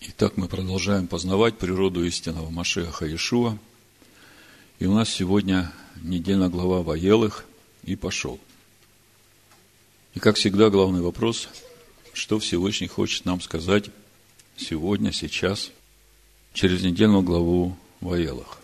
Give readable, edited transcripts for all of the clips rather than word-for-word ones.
Итак, мы продолжаем познавать природу истинного Машиаха Иешуа. И у нас сегодня недельная глава Ваелых и пошел. И как всегда, главный вопрос, что Всевышний хочет нам сказать сегодня, сейчас, через недельную главу Ваелых.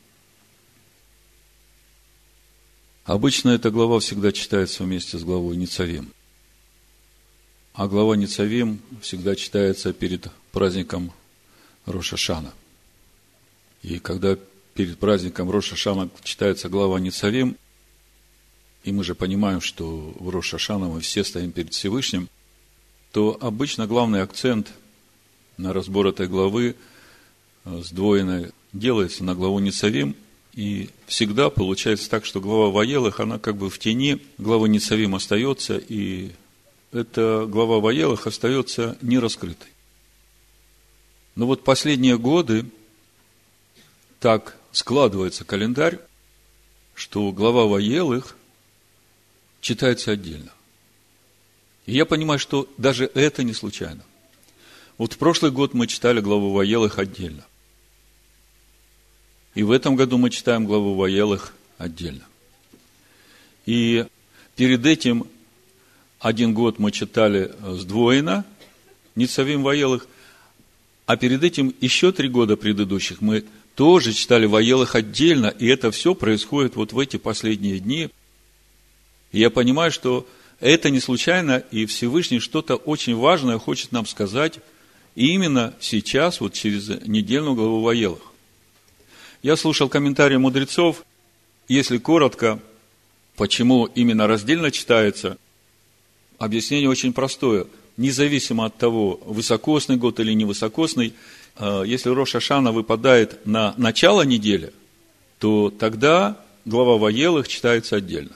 Обычно эта глава всегда читается вместе с главой Ницавим. А глава Ницавим всегда читается перед праздником Рош ха-Шана. И когда перед праздником Рош ха-Шана читается глава Ницавим, и мы же понимаем, что в Рош ха-Шана мы все стоим перед Всевышним, то обычно главный акцент на разбор этой главы сдвоенной делается на главу Ницавим, и всегда получается так, что глава Ваелых, она как бы в тени главы Ницавим остается, и эта глава Ваелых остается нераскрытой. Но вот последние годы так складывается календарь, что глава Ваелых читается отдельно. И я понимаю, что даже это не случайно. Вот в прошлый год мы читали главу Ваелых отдельно. И в этом году мы читаем главу Ваелых отдельно. И перед этим один год мы читали сдвоенно Ницавим Ваелых, а перед этим еще 3 года предыдущих мы тоже читали Ваелых отдельно, и это все происходит вот в эти последние дни. И я понимаю, что это не случайно, и Всевышний что-то очень важное хочет нам сказать именно сейчас, вот через недельную главу Ваелых. Я слушал комментарии мудрецов, если коротко, почему именно раздельно читается, объяснение очень простое. Независимо от того, высокосный год или невысокосный, если Рош ха-Шана выпадает на начало недели, то тогда глава Ваелых читается отдельно.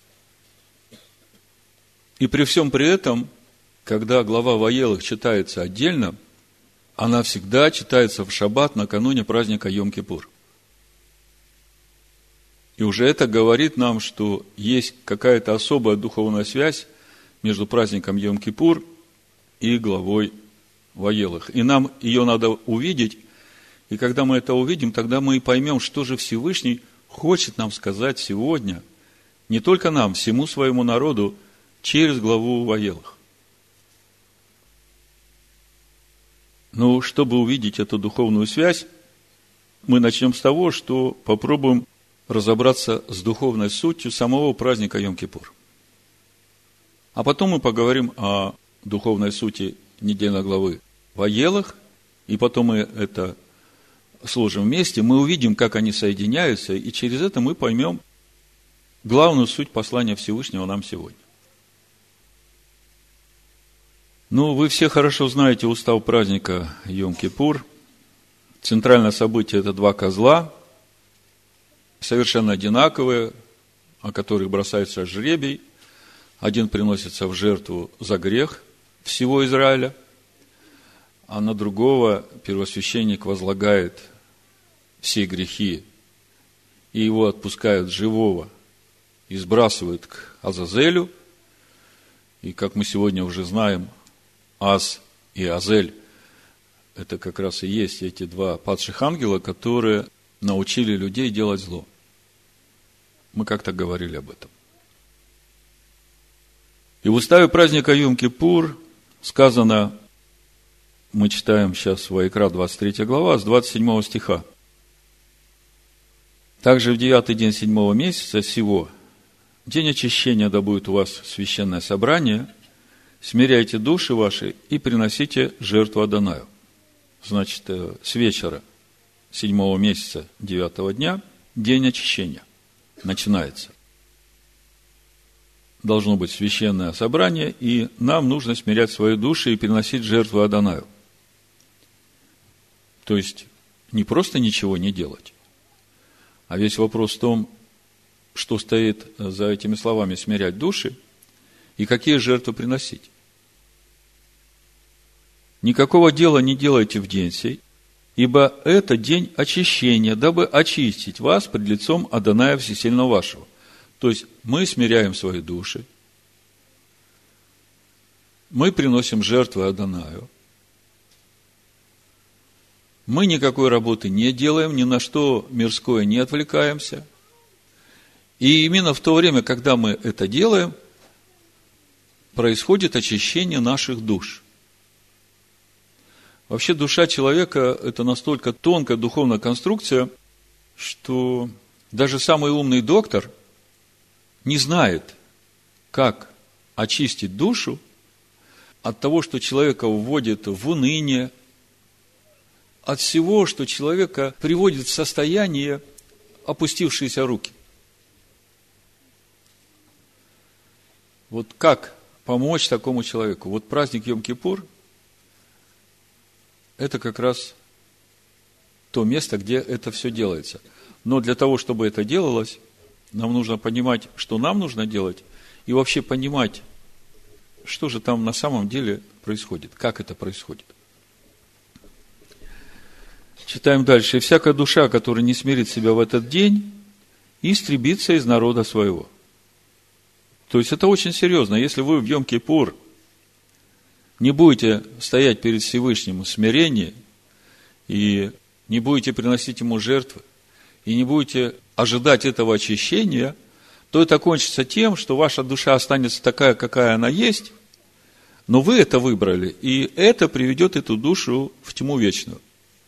И при всем при этом, когда глава Ваелых читается отдельно, она всегда читается в шаббат накануне праздника Йом-Кипур. И уже это говорит нам, что есть какая-то особая духовная связь между праздником Йом-Кипур и главой Ваелых. И нам ее надо увидеть, и когда мы это увидим, тогда мы и поймем, что же Всевышний хочет нам сказать сегодня, не только нам, всему своему народу, через главу Ваелых. Но чтобы увидеть эту духовную связь, мы начнем с того, что попробуем разобраться с духовной сутью самого праздника Йом-Кипур. А потом мы поговорим о духовной сути недельной главы Ваелых, и потом мы это сложим вместе, мы увидим, как они соединяются, и через это мы поймем главную суть послания Всевышнего нам сегодня. Ну, вы все хорошо знаете устав праздника Йом-Кипур. Центральное событие – это 2 козла, совершенно одинаковые, о которых бросается жребий. Один приносится в жертву за грех всего Израиля, а на другого первосвященник возлагает все грехи, и его отпускают живого и сбрасывают к Азазелю. И как мы сегодня уже знаем, Аз и Азель – это как раз и есть эти 2 падших ангела, которые научили людей делать зло. Мы как-то говорили об этом. И в уставе праздника Йом-Кипур сказано, мы читаем сейчас Ваикра, 23 глава, с 27 стиха. Также в 9-й день 7-го месяца сего, день очищения, да будет у вас священное собрание, смиряйте души ваши и приносите жертву Адонаю. Значит, с вечера 7-го месяца 9-го дня день очищения начинается. Должно быть священное собрание, и нам нужно смирять свои души и приносить жертву Адонаю. То есть, не просто ничего не делать, а весь вопрос в том, что стоит за этими словами «смирять души» и какие жертвы приносить. Никакого дела не делайте в день сей, ибо это день очищения, дабы очистить вас пред лицом Адоная Всесильного вашего. То есть, мы смиряем свои души, мы приносим жертвы Адонаю, Мы никакой работы не делаем, ни на что мирское не отвлекаемся. И именно в то время, когда мы это делаем, происходит очищение наших душ. Вообще душа человека – это настолько тонкая духовная конструкция, что даже самый умный доктор не знает, как очистить душу от того, что человека вводит в уныние, от всего, что человека приводит в состояние опустившиеся руки. Вот как помочь такому человеку? Вот праздник Йом-Кипур – это как раз то место, где это все делается. Но для того, чтобы это делалось, нам нужно понимать, что нам нужно делать, и вообще понимать, что же там на самом деле происходит, как это происходит. Читаем дальше. «И всякая душа, которая не смирит себя в этот день, истребится из народа своего». То есть, это очень серьезно. Если вы в Йом-Кипур не будете стоять перед Всевышним в смирении, и не будете приносить Ему жертвы, и не будете ожидать этого очищения, то это кончится тем, что ваша душа останется такая, какая она есть, но вы это выбрали, и это приведет эту душу в тьму вечную.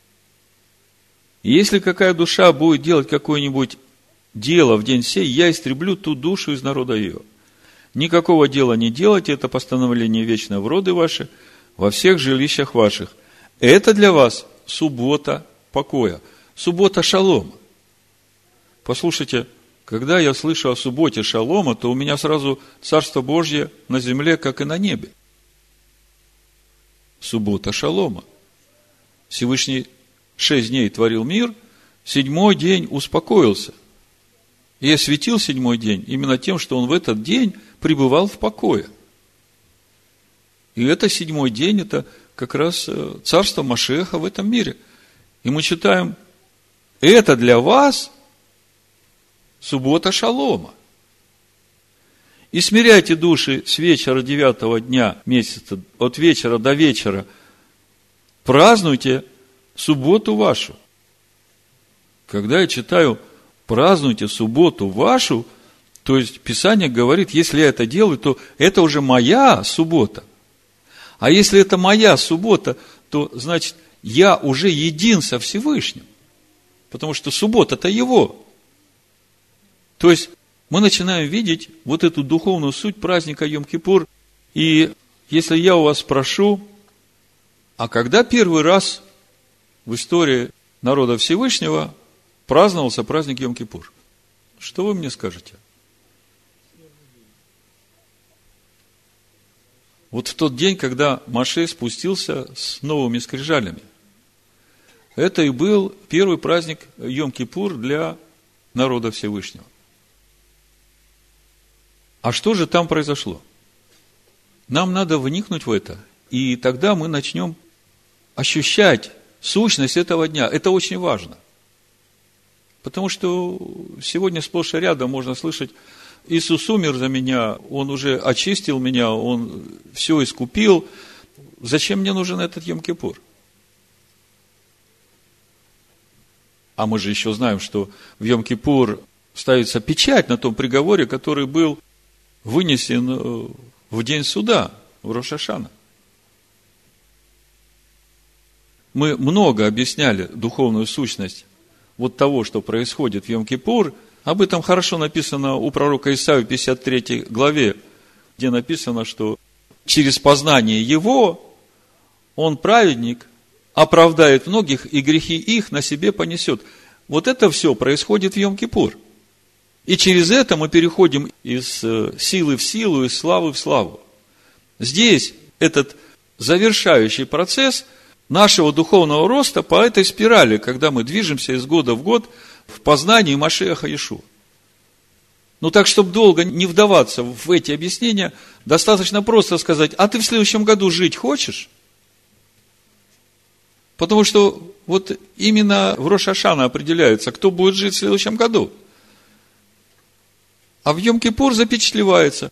И если какая душа будет делать какое-нибудь дело в день сей, я истреблю ту душу из народа ее. Никакого дела не делайте, это постановление вечное в роды ваши, во всех жилищах ваших. Это для вас суббота покоя, суббота шалома. Послушайте, когда я слышу о субботе шалома, то у меня сразу Царство Божье на земле, как и на небе. Суббота шалома. Всевышний 6 дней творил мир, 7-й день успокоился. И осветил 7-й день именно тем, что он в этот день пребывал в покое. И это 7-й день, это как раз царство Машиаха в этом мире. И мы читаем, это для вас суббота шалома. И смиряйте души с вечера 9-го дня месяца, от вечера до вечера. Празднуйте субботу вашу. Когда я читаю празднуйте субботу вашу, то есть Писание говорит, если я это делаю, то это уже моя суббота. А если это моя суббота, то значит я уже един со Всевышним. Потому что суббота-то его. То есть мы начинаем видеть вот эту духовную суть праздника Йом-Кипур. И если я у вас спрошу, а когда первый раз в истории народа Всевышнего праздновался праздник Йом-Кипур? Что вы мне скажете? Вот в тот день, когда Моше спустился с новыми скрижалями. Это и был первый праздник Йом-Кипур для народа Всевышнего. А что же там произошло? Нам надо вникнуть в это, и тогда мы начнем ощущать сущность этого дня. Это очень важно. Потому что сегодня сплошь и рядом можно слышать, Иисус умер за меня, Он уже очистил меня, Он все искупил. Зачем мне нужен этот Йом-Кипур? А мы же еще знаем, что в Йом-Кипур ставится печать на том приговоре, который был вынесен в день суда, в Рош ха-Шана. Мы много объясняли духовную сущность вот того, что происходит в Йом-Кипур. Об этом хорошо написано у пророка Исаии в 53 главе, где написано, что через познание его он, праведник, оправдает многих, и грехи их на себе понесет. Вот это все происходит в Йом-Кипур. И через это мы переходим из силы в силу, из славы в славу. Здесь этот завершающий процесс нашего духовного роста по этой спирали, когда мы движемся из года в год в познании Машиаха Иешуа. Ну так, чтобы долго не вдаваться в эти объяснения, достаточно просто сказать, а ты в следующем году жить хочешь? Потому что вот именно в Рош ха-Шана определяется, кто будет жить в следующем году. А в Йом-Кипур запечатлевается.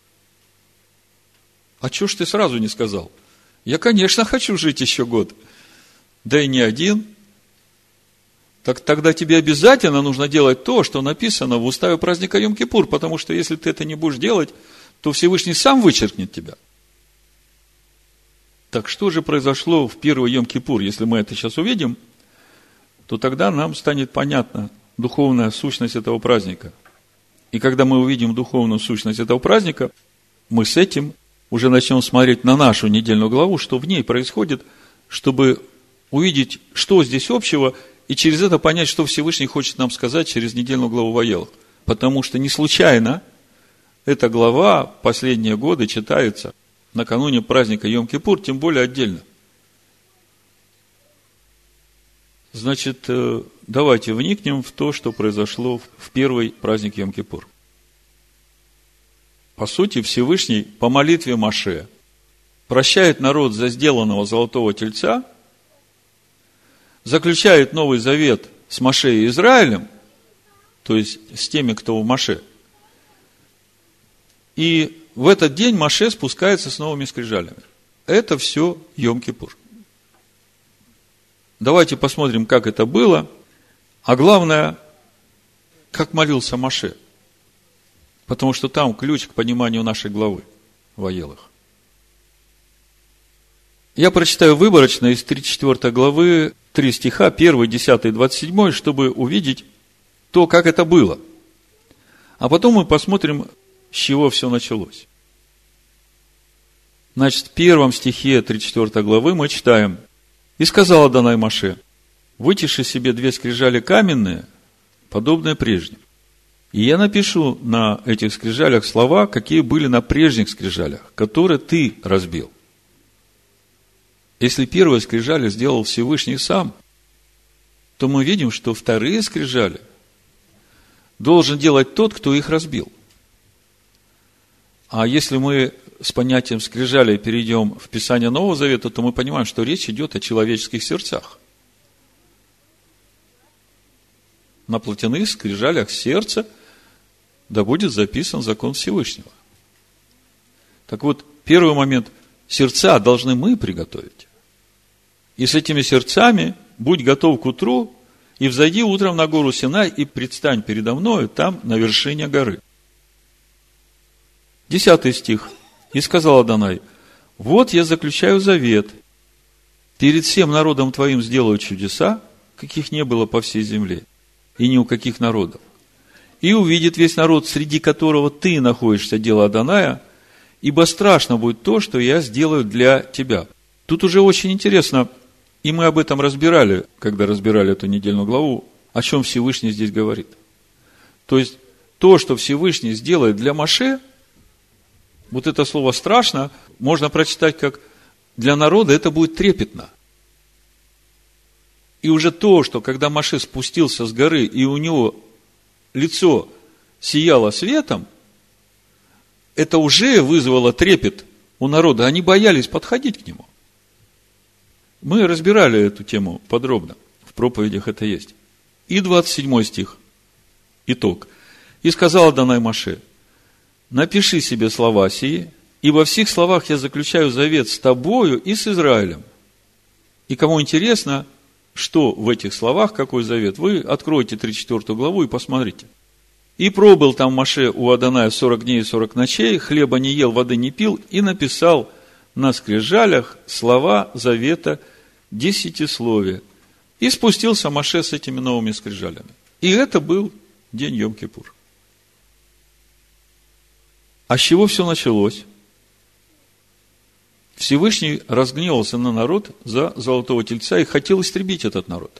А чего ж ты сразу не сказал? Я, конечно, хочу жить еще год. Да и не один. так тогда тебе обязательно нужно делать то, что написано в уставе праздника Йом-Кипур, потому что если ты это не будешь делать, то Всевышний сам вычеркнет тебя. Так что же произошло в первый Йом-Кипур? Если мы это сейчас увидим, то тогда нам станет понятна духовная сущность этого праздника. И когда мы увидим духовную сущность этого праздника, мы с этим уже начнем смотреть на нашу недельную главу, что в ней происходит, чтобы увидеть, что здесь общего, и через это понять, что Всевышний хочет нам сказать через недельную главу Ваелах. Потому что не случайно эта глава последние годы читается накануне праздника Йом-Кипур, тем более отдельно. Значит, давайте вникнем в то, что произошло в первый праздник Йом-Кипур. По сути, Всевышний по молитве Моше прощает народ за сделанного золотого тельца, заключает Новый Завет с Моше и Израилем, то есть с теми, кто в Моше. И в этот день Моше спускается с новыми скрижалями. Это все Йом-Кипур. Давайте посмотрим, как это было, а главное, как молился Моше. Потому что там ключ к пониманию нашей главы в Ваелах. Я прочитаю выборочно из 34 главы 3 стиха, 1, 10 и 27, чтобы увидеть то, как это было. А потом мы посмотрим, с чего все началось. Значит, в 1 стихе 34 главы мы читаем: «И сказал Адонай Моше: вытиши себе 2 скрижали каменные, подобные прежним. И я напишу на этих скрижалях слова, какие были на прежних скрижалях, которые ты разбил». Если первые скрижали сделал Всевышний сам, то мы видим, что вторые скрижали должен делать тот, кто их разбил. А если мы с понятием скрижалей перейдем в Писание Нового Завета, то мы понимаем, что речь идет о человеческих сердцах. На плотяных скрижалях сердца да будет записан закон Всевышнего. Так вот, первый момент: сердца должны мы приготовить. И с этими сердцами будь готов к утру, и взойди утром на гору Синай, и предстань передо мною там, на вершине горы. 10 стих. «И сказал Адонай: вот я заключаю завет, перед всем народом твоим сделаю чудеса, каких не было по всей земле, и ни у каких народов. И увидит весь народ, среди которого ты находишься, дело Адоная, ибо страшно будет то, что я сделаю для тебя». Тут уже очень интересно, и мы об этом разбирали, когда разбирали эту недельную главу, о чем Всевышний здесь говорит. То есть, то, что Всевышний сделает для Моше, вот это слово «страшно» можно прочитать как «для народа это будет трепетно». И уже то, что когда Моше спустился с горы, и у него лицо сияло светом, это уже вызвало трепет у народа. Они боялись подходить к нему. Мы разбирали эту тему подробно. В проповедях это есть. И 27 стих. Итог. «И сказал Адонай Моше: напиши себе слова сии, и во всех словах я заключаю завет с тобою и с Израилем». И кому интересно, что в этих словах, какой завет, вы откройте 34 главу и посмотрите. «И пробыл там Моше у Адоная 40 дней и 40 ночей, хлеба не ел, воды не пил, и написал на скрижалях слова завета 10-словия. И спустился Моше с этими новыми скрижалями». И это был день Йом-Кипур. А с чего все началось? Всевышний разгневался на народ за золотого тельца и хотел истребить этот народ.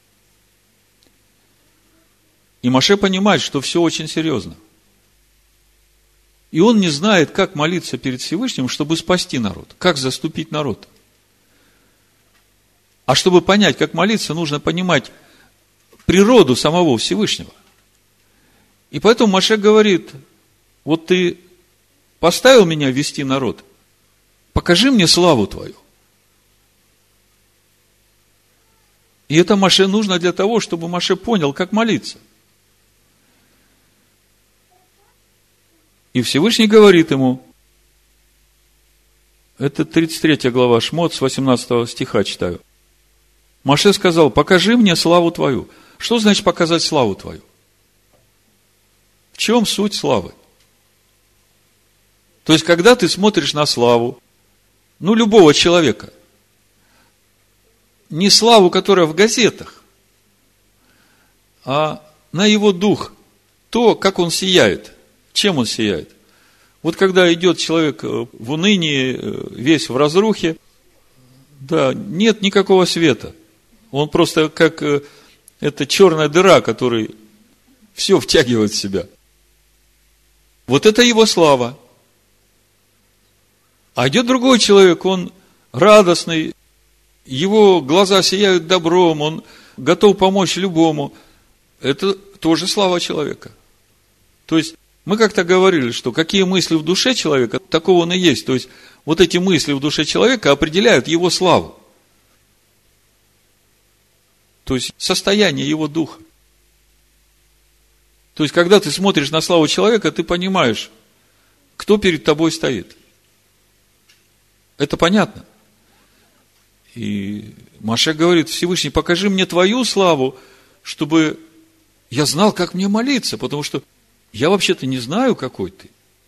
И Моше понимает, что все очень серьезно. И он не знает, как молиться перед Всевышним, чтобы спасти народ, как заступить народ. А чтобы понять, как молиться, нужно понимать природу самого Всевышнего. И поэтому Моше говорит: вот ты поставил меня вести народ, покажи мне славу твою. И это Моше нужно для того, чтобы Моше понял, как молиться. И Всевышний говорит ему, это 33 глава Шмот, с 18 стиха читаю. Моше сказал: покажи мне славу твою. Что значит показать славу твою? В чем суть славы? То есть, когда ты смотришь на славу, любого человека, не славу, которая в газетах, а на его дух, то, как он сияет, чем он сияет. Вот когда идет человек в унынии, весь в разрухе, да, нет никакого света. Он просто как эта черная дыра, которая все втягивает в себя. Вот это его слава. А идет другой человек, он радостный, его глаза сияют добром, он готов помочь любому. Это тоже слава человека. То есть, мы как-то говорили, что какие мысли в душе человека, такого он и есть. То есть, вот эти мысли в душе человека определяют его славу. То есть, состояние его духа. То есть, когда ты смотришь на славу человека, ты понимаешь, кто перед тобой стоит. Это понятно. И Моше говорит: Всевышний, покажи мне твою славу, чтобы я знал, как мне молиться, потому что я вообще-то не знаю, какой ты.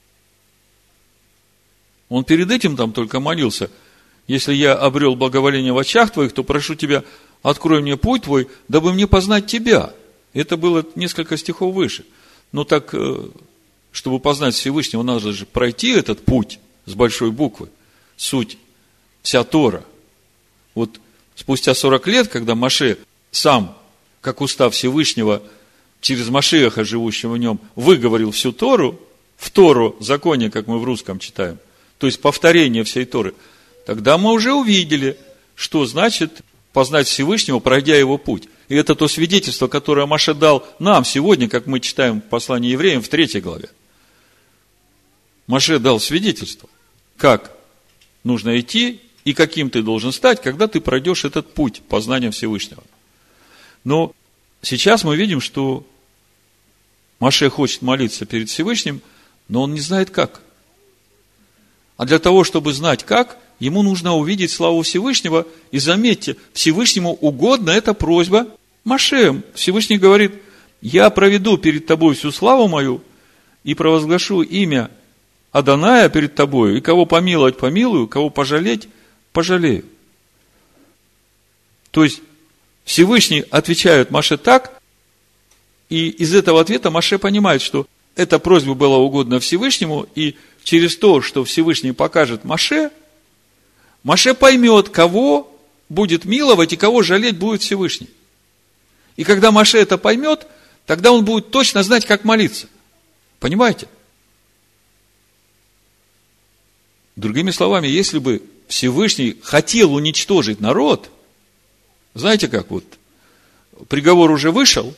Он перед этим там только молился: если я обрел благоволение в очах твоих, то прошу тебя, открой мне путь твой, дабы мне познать тебя. Это было несколько стихов выше. Но так, чтобы познать Всевышнего, надо же пройти этот путь с большой буквы. Суть, вся Тора. Вот спустя 40 лет, когда Моше сам, как устав Всевышнего, через Машиаха, живущего в нем, выговорил всю Тору, в Тору, законе, как мы в русском читаем, то есть повторение всей Торы, тогда мы уже увидели, что значит познать Всевышнего, пройдя его путь. И это то свидетельство, которое Моше дал нам сегодня, как мы читаем в послании евреям в 3 главе. Моше дал свидетельство, как нужно идти и каким ты должен стать, когда ты пройдешь этот путь познания Всевышнего. Но сейчас мы видим, что Моше хочет молиться перед Всевышним, но он не знает как. А для того, чтобы знать как, ему нужно увидеть славу Всевышнего. И заметьте, Всевышнему угодна эта просьба Моше. Всевышний говорит: я проведу перед тобой всю славу мою и провозглашу имя Адоная перед тобою, и кого помиловать, помилую, кого пожалеть, пожалею. То есть, Всевышний отвечает Моше так, и из этого ответа Моше понимает, что эта просьба была угодна Всевышнему, и через то, что Всевышний покажет Моше, Моше поймет, кого будет миловать и кого жалеть будет Всевышний. И когда Моше это поймет, тогда он будет точно знать, как молиться. Понимаете? Другими словами, если бы Всевышний хотел уничтожить народ, знаете как, вот приговор уже вышел,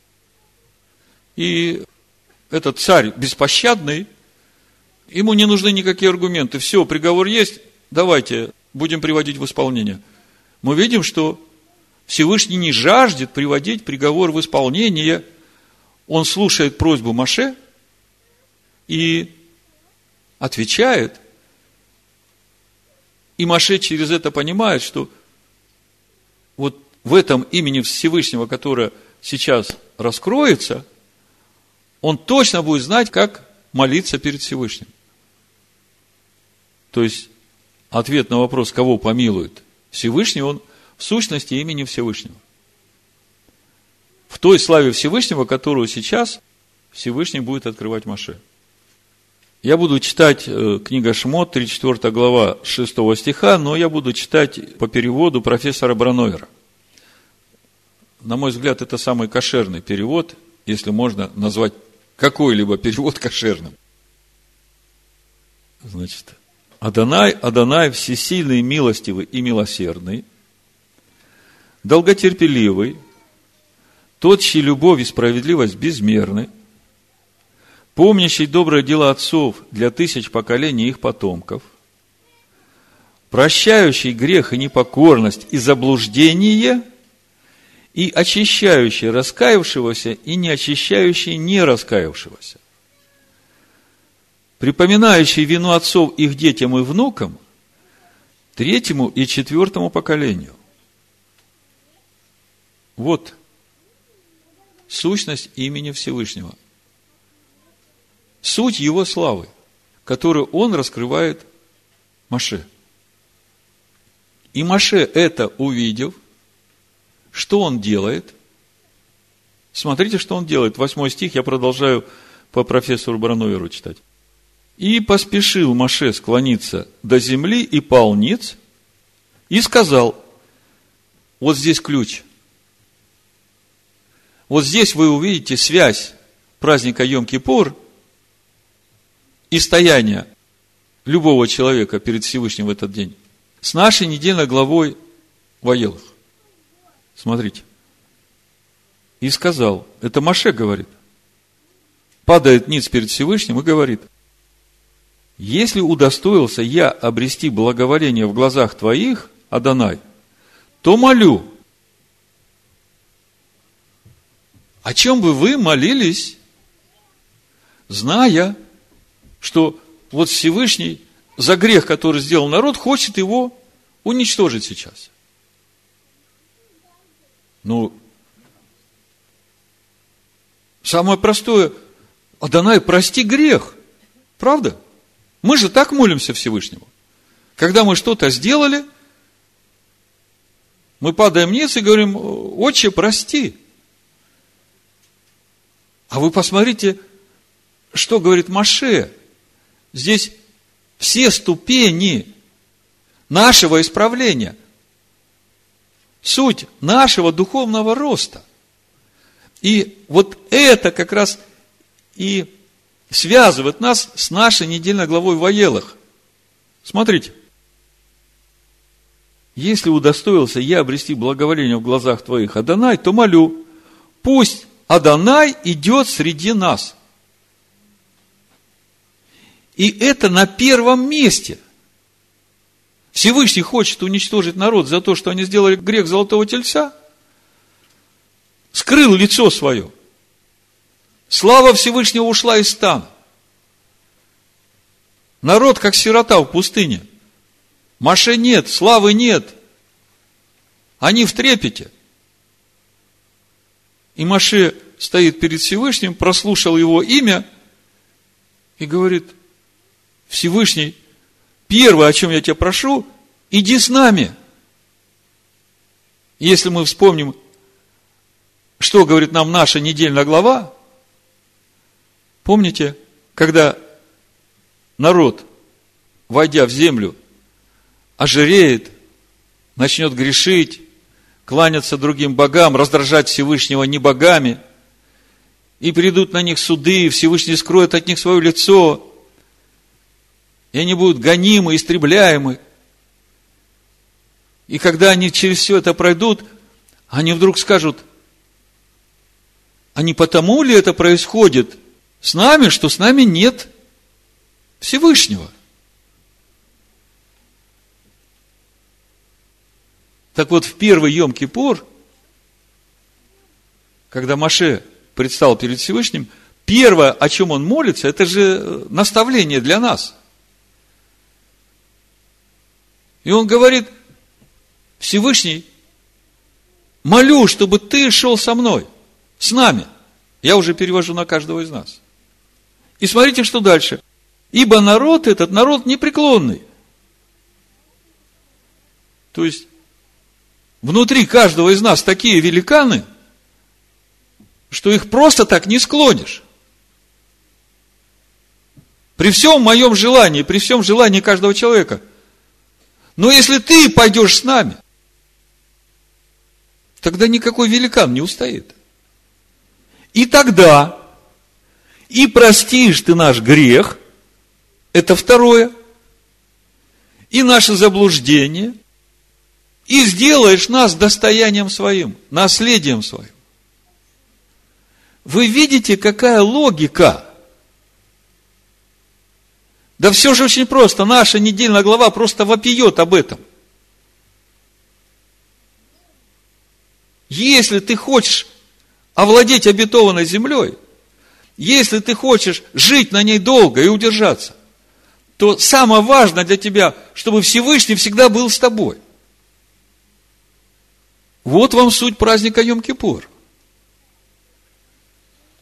и этот царь беспощадный, ему не нужны никакие аргументы. Все, приговор есть, давайте будем приводить в исполнение. Мы видим, что Всевышний не жаждет приводить приговор в исполнение. Он слушает просьбу Моше и отвечает. И Моше через это понимает, что вот в этом имени Всевышнего, которое сейчас раскроется, он точно будет знать, как молиться перед Всевышним. То есть, ответ на вопрос, кого помилует Всевышний, он в сущности имени Всевышнего. В той славе Всевышнего, которую сейчас Всевышний будет открывать Моше. Я буду читать книга Шмот, 34 глава, 6 стиха, но я буду читать по переводу профессора Браноера. На мой взгляд, это самый кошерный перевод, если можно назвать какой-либо перевод кошерным. Значит, Адонай, Адонай, всесильный, милостивый и милосердный, долготерпеливый, тот, чьи любовь и справедливость безмерны, помнящий добрые дела отцов для 1000 поколений их потомков, прощающий грех и непокорность и заблуждение, и очищающий раскаявшегося и не очищающий не раскаявшегося, припоминающий вину отцов их детям и внукам, 3 и 4 поколению. Вот сущность имени Всевышнего. Суть его славы, которую он раскрывает Моше. И Моше, это увидев, что он делает? Смотрите, что он делает. 8 стих, я продолжаю по профессору Барановеру читать. «И поспешил Моше склониться до земли и пал ниц, и сказал», вот здесь ключ. Вот здесь вы увидите связь праздника Йом-Кипур и стояния любого человека перед Всевышним в этот день с нашей недельной главой Ваелах. Смотрите. И сказал, это Моше говорит, падает ниц перед Всевышним и говорит, если удостоился я обрести благоволение в глазах твоих, Адонай, то молю. О чем бы вы молились, зная, что вот Всевышний за грех, который сделал народ, хочет его уничтожить сейчас? Самое простое, Адонай, прости грех. Правда? Мы же так молимся Всевышнему. Когда мы что-то сделали, мы падаем вниз и говорим, Отче, прости. А вы посмотрите, что говорит Моше. Здесь все ступени нашего исправления, суть нашего духовного роста. И вот это как раз и связывает нас с нашей недельной главой Ваелах. Смотрите. Если удостоился я обрести благоволение в глазах твоих, Адонай, то молю, пусть Адонай идет среди нас. И это на первом месте. Всевышний хочет уничтожить народ за то, что они сделали грех золотого тельца, скрыл лицо свое. Слава Всевышнего ушла из стана. Народ, как сирота в пустыне. Моше нет, славы нет. Они в трепете. И Моше стоит перед Всевышним, прослушал его имя и говорит, Всевышний, первое, о чем я тебя прошу, иди с нами. Если мы вспомним, что говорит нам наша недельная глава, помните, когда народ, войдя в землю, ожиреет, начнет грешить, кланяться другим богам, раздражать Всевышнего не богами, и придут на них суды, и Всевышний скроет от них свое лицо, и они будут гонимы, истребляемы. И когда они через все это пройдут, они вдруг скажут, а не потому ли это происходит с нами, что с нами нет Всевышнего? Так вот, в первый Йом-Кипур, когда Моше предстал перед Всевышним, первое, о чем он молится, это же наставление для нас. И он говорит, Всевышний, молю, чтобы ты шел со мной, с нами. Я уже перевожу на каждого из нас. И смотрите, что дальше. Ибо народ этот, народ непреклонный. То есть, внутри каждого из нас такие великаны, что их просто так не склонишь. При всем моем желании, при всем желании каждого человека. Но если ты пойдешь с нами, тогда никакой великан не устоит. И тогда и простишь ты наш грех, это второе, и наше заблуждение, и сделаешь нас достоянием своим, наследием своим. Вы видите, какая логика? Да все же очень просто. Наша недельная глава просто вопиет об этом. Если ты хочешь овладеть обетованной землей, если ты хочешь жить на ней долго и удержаться, то самое важное для тебя, чтобы Всевышний всегда был с тобой. Вот вам суть праздника Йом-Кипур.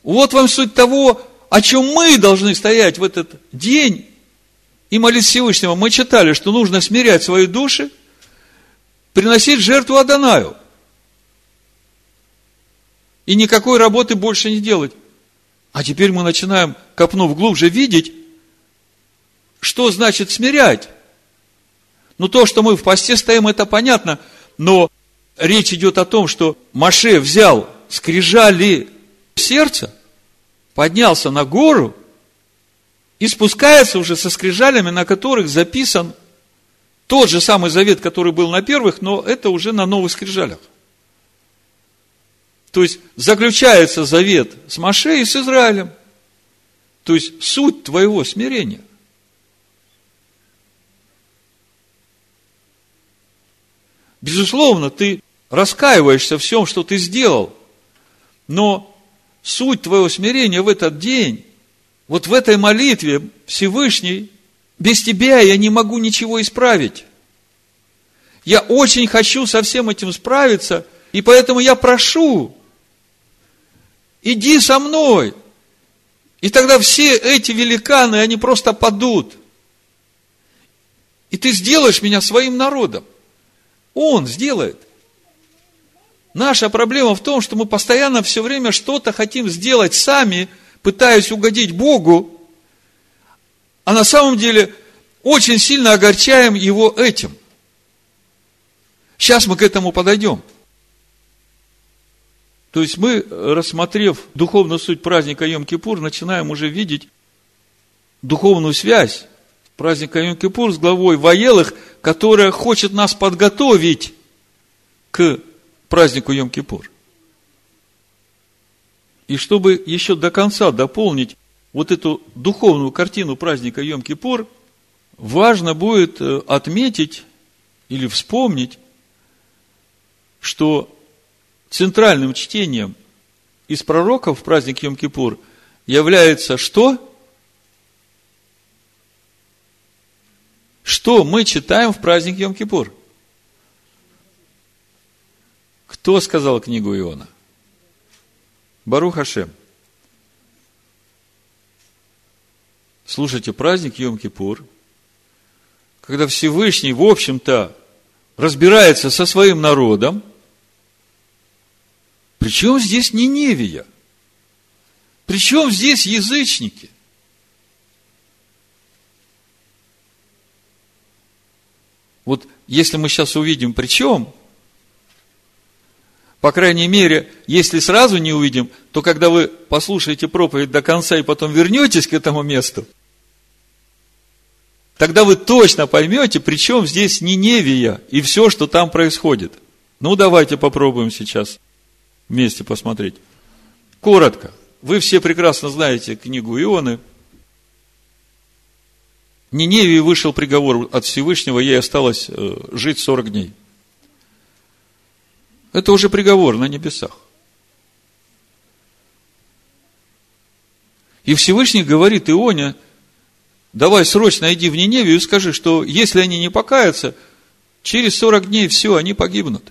Вот вам суть того, о чем мы должны стоять в этот день и молить Всевышнего. Мы читали, что нужно смирять свои души, приносить жертву Адонаю. И никакой работы больше не делать. А теперь мы начинаем, копнув глубже, видеть, что значит смирять. Ну, то, что мы в посте стоим, это понятно, но речь идет о том, что Моше взял скрижали сердца, поднялся на гору и спускается уже со скрижалями, на которых записан тот же самый завет, который был на первых, но это уже на новых скрижалях. То есть, заключается завет с Моше и с Израилем. То есть, суть твоего смирения. Безусловно, ты раскаиваешься в всем, что ты сделал. Но суть твоего смирения в этот день, вот в этой молитве Всевышний, без тебя я не могу ничего исправить. Я очень хочу со всем этим справиться, и поэтому я прошу, иди со мной. И тогда все эти великаны, они просто падут. И ты сделаешь меня своим народом. Он сделает. Наша проблема в том, что мы постоянно все время что-то хотим сделать сами, пытаясь угодить Богу, а на самом деле очень сильно огорчаем Его этим. Сейчас мы к этому подойдем. То есть мы, рассмотрев духовную суть праздника Йом-Кипур, начинаем уже видеть духовную связь праздника Йом-Кипур с главой Ваелых, которая хочет нас подготовить к празднику Йом-Кипур. И чтобы еще до конца дополнить вот эту духовную картину праздника Йом-Кипур, важно будет отметить или вспомнить, что центральным чтением из пророков в праздник Йом-Кипур является что? Что мы читаем в праздник Йом-Кипур? Кто сказал книгу Иона? Барух Ашем. Слушайте, праздник Йом-Кипур, когда Всевышний, в общем-то, разбирается со своим народом. Причем здесь Ниневия? Причем здесь язычники? Вот если мы сейчас увидим причем, по крайней мере, если сразу не увидим, то когда вы послушаете проповедь до конца и потом вернетесь к этому месту, тогда вы точно поймете, причем здесь Ниневия и все, что там происходит. Ну, давайте попробуем сейчас вместе посмотреть. Коротко. Вы все прекрасно знаете книгу Ионы. Ниневии вышел приговор от Всевышнего, ей осталось жить 40 дней. Это уже приговор на небесах. И Всевышний говорит Ионе: давай срочно иди в Ниневию и скажи, что если они не покаятся, через 40 дней все, они погибнут.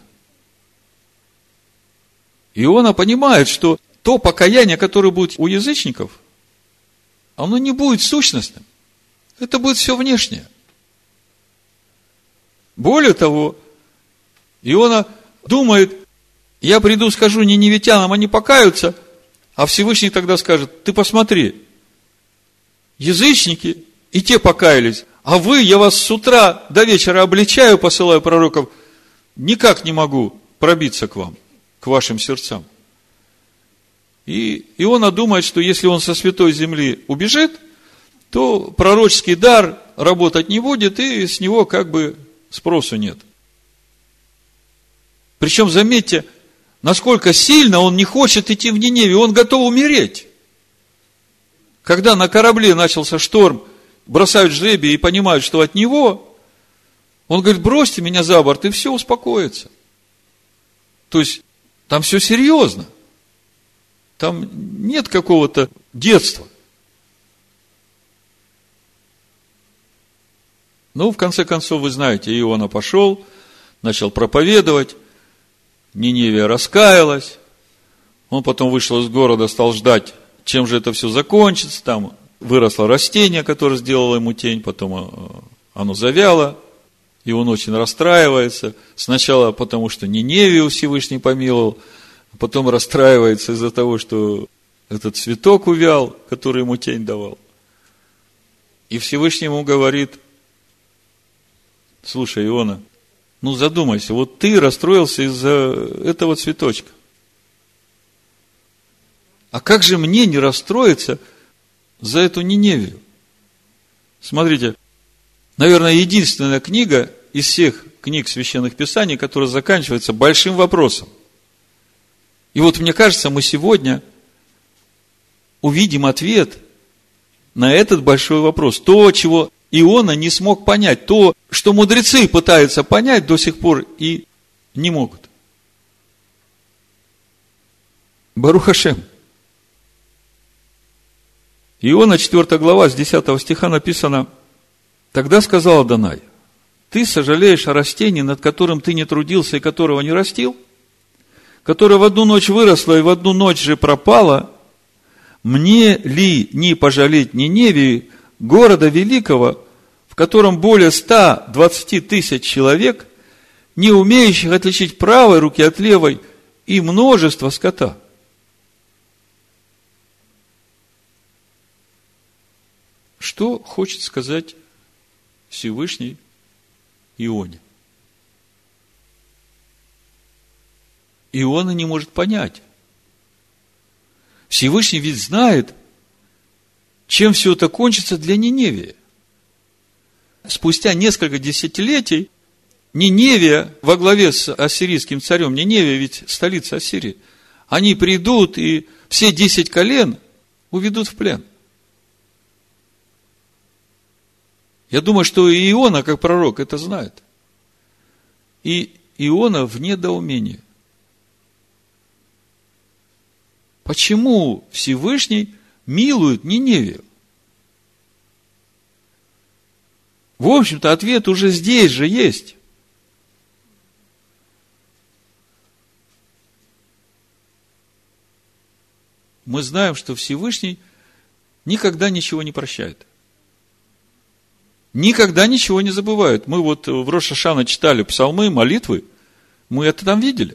Иона понимает, что то покаяние, которое будет у язычников, оно не будет сущностным. Это будет все внешнее. Более того, Иона думает: я приду, скажу ниневитянам, они покаются, а Всевышний тогда скажет: ты посмотри, язычники и те покаялись, а вы, я вас с утра до вечера обличаю, посылаю пророков, никак не могу пробиться к вам, к вашим сердцам. И Иона думает, что если он со святой земли убежит, то пророческий дар работать не будет, и с него как бы спросу нет. Причем, заметьте, насколько сильно он не хочет идти в Ниневию, он готов умереть. Когда на корабле начался шторм, бросают жребий и понимают, что от него, он говорит: бросьте меня за борт, и все успокоится. То есть, там все серьезно. Там нет какого-то детства. Ну, в конце концов, вы знаете, Иона пошел, начал проповедовать, Ниневия раскаялась, он потом вышел из города, стал ждать чем же это все закончится. Там выросло растение, которое сделало ему тень, потом оно завяло, и он очень расстраивается. Сначала потому, что Ниневию Всевышний помиловал, потом расстраивается из-за того, что этот цветок увял, который ему тень давал. И Всевышний ему говорит: слушай, Иона, задумайся, вот ты расстроился из-за этого цветочка. А как же мне не расстроиться за эту Ниневию? Смотрите, наверное, единственная книга из всех книг Священных Писаний, которая заканчивается большим вопросом. И вот мне кажется, мы сегодня увидим ответ на этот большой вопрос. То, чего Иона не смог понять, то, что мудрецы пытаются понять до сих пор и не могут. Барух Ашем. Иона 4 глава с 10 стиха написано: «Тогда сказал Адонай: ты сожалеешь о растении, над которым ты не трудился и которого не растил, которое в одну ночь выросло и в одну ночь же пропало. Мне ли не пожалеть Ниневии, города великого, в котором более 120 тысяч человек, не умеющих отличить правой руки от левой, и множество скота?» Что хочет сказать Всевышний Ионе? Иона не может понять. Всевышний ведь знает, чем все это кончится для Ниневии. Спустя несколько десятилетий Ниневия во главе с ассирийским царем, Ниневия ведь столица Ассирии, они придут и все 10 колен уведут в плен. Я думаю, что и Иона, как пророк, это знает. И Иона в недоумении. Почему Всевышний милует Ниневию? В общем-то, ответ уже здесь же есть. Мы знаем, что Всевышний никогда ничего не прощает. Никогда ничего не забывают. Мы вот в Рош ха-Шана читали псалмы, молитвы. Мы это там видели.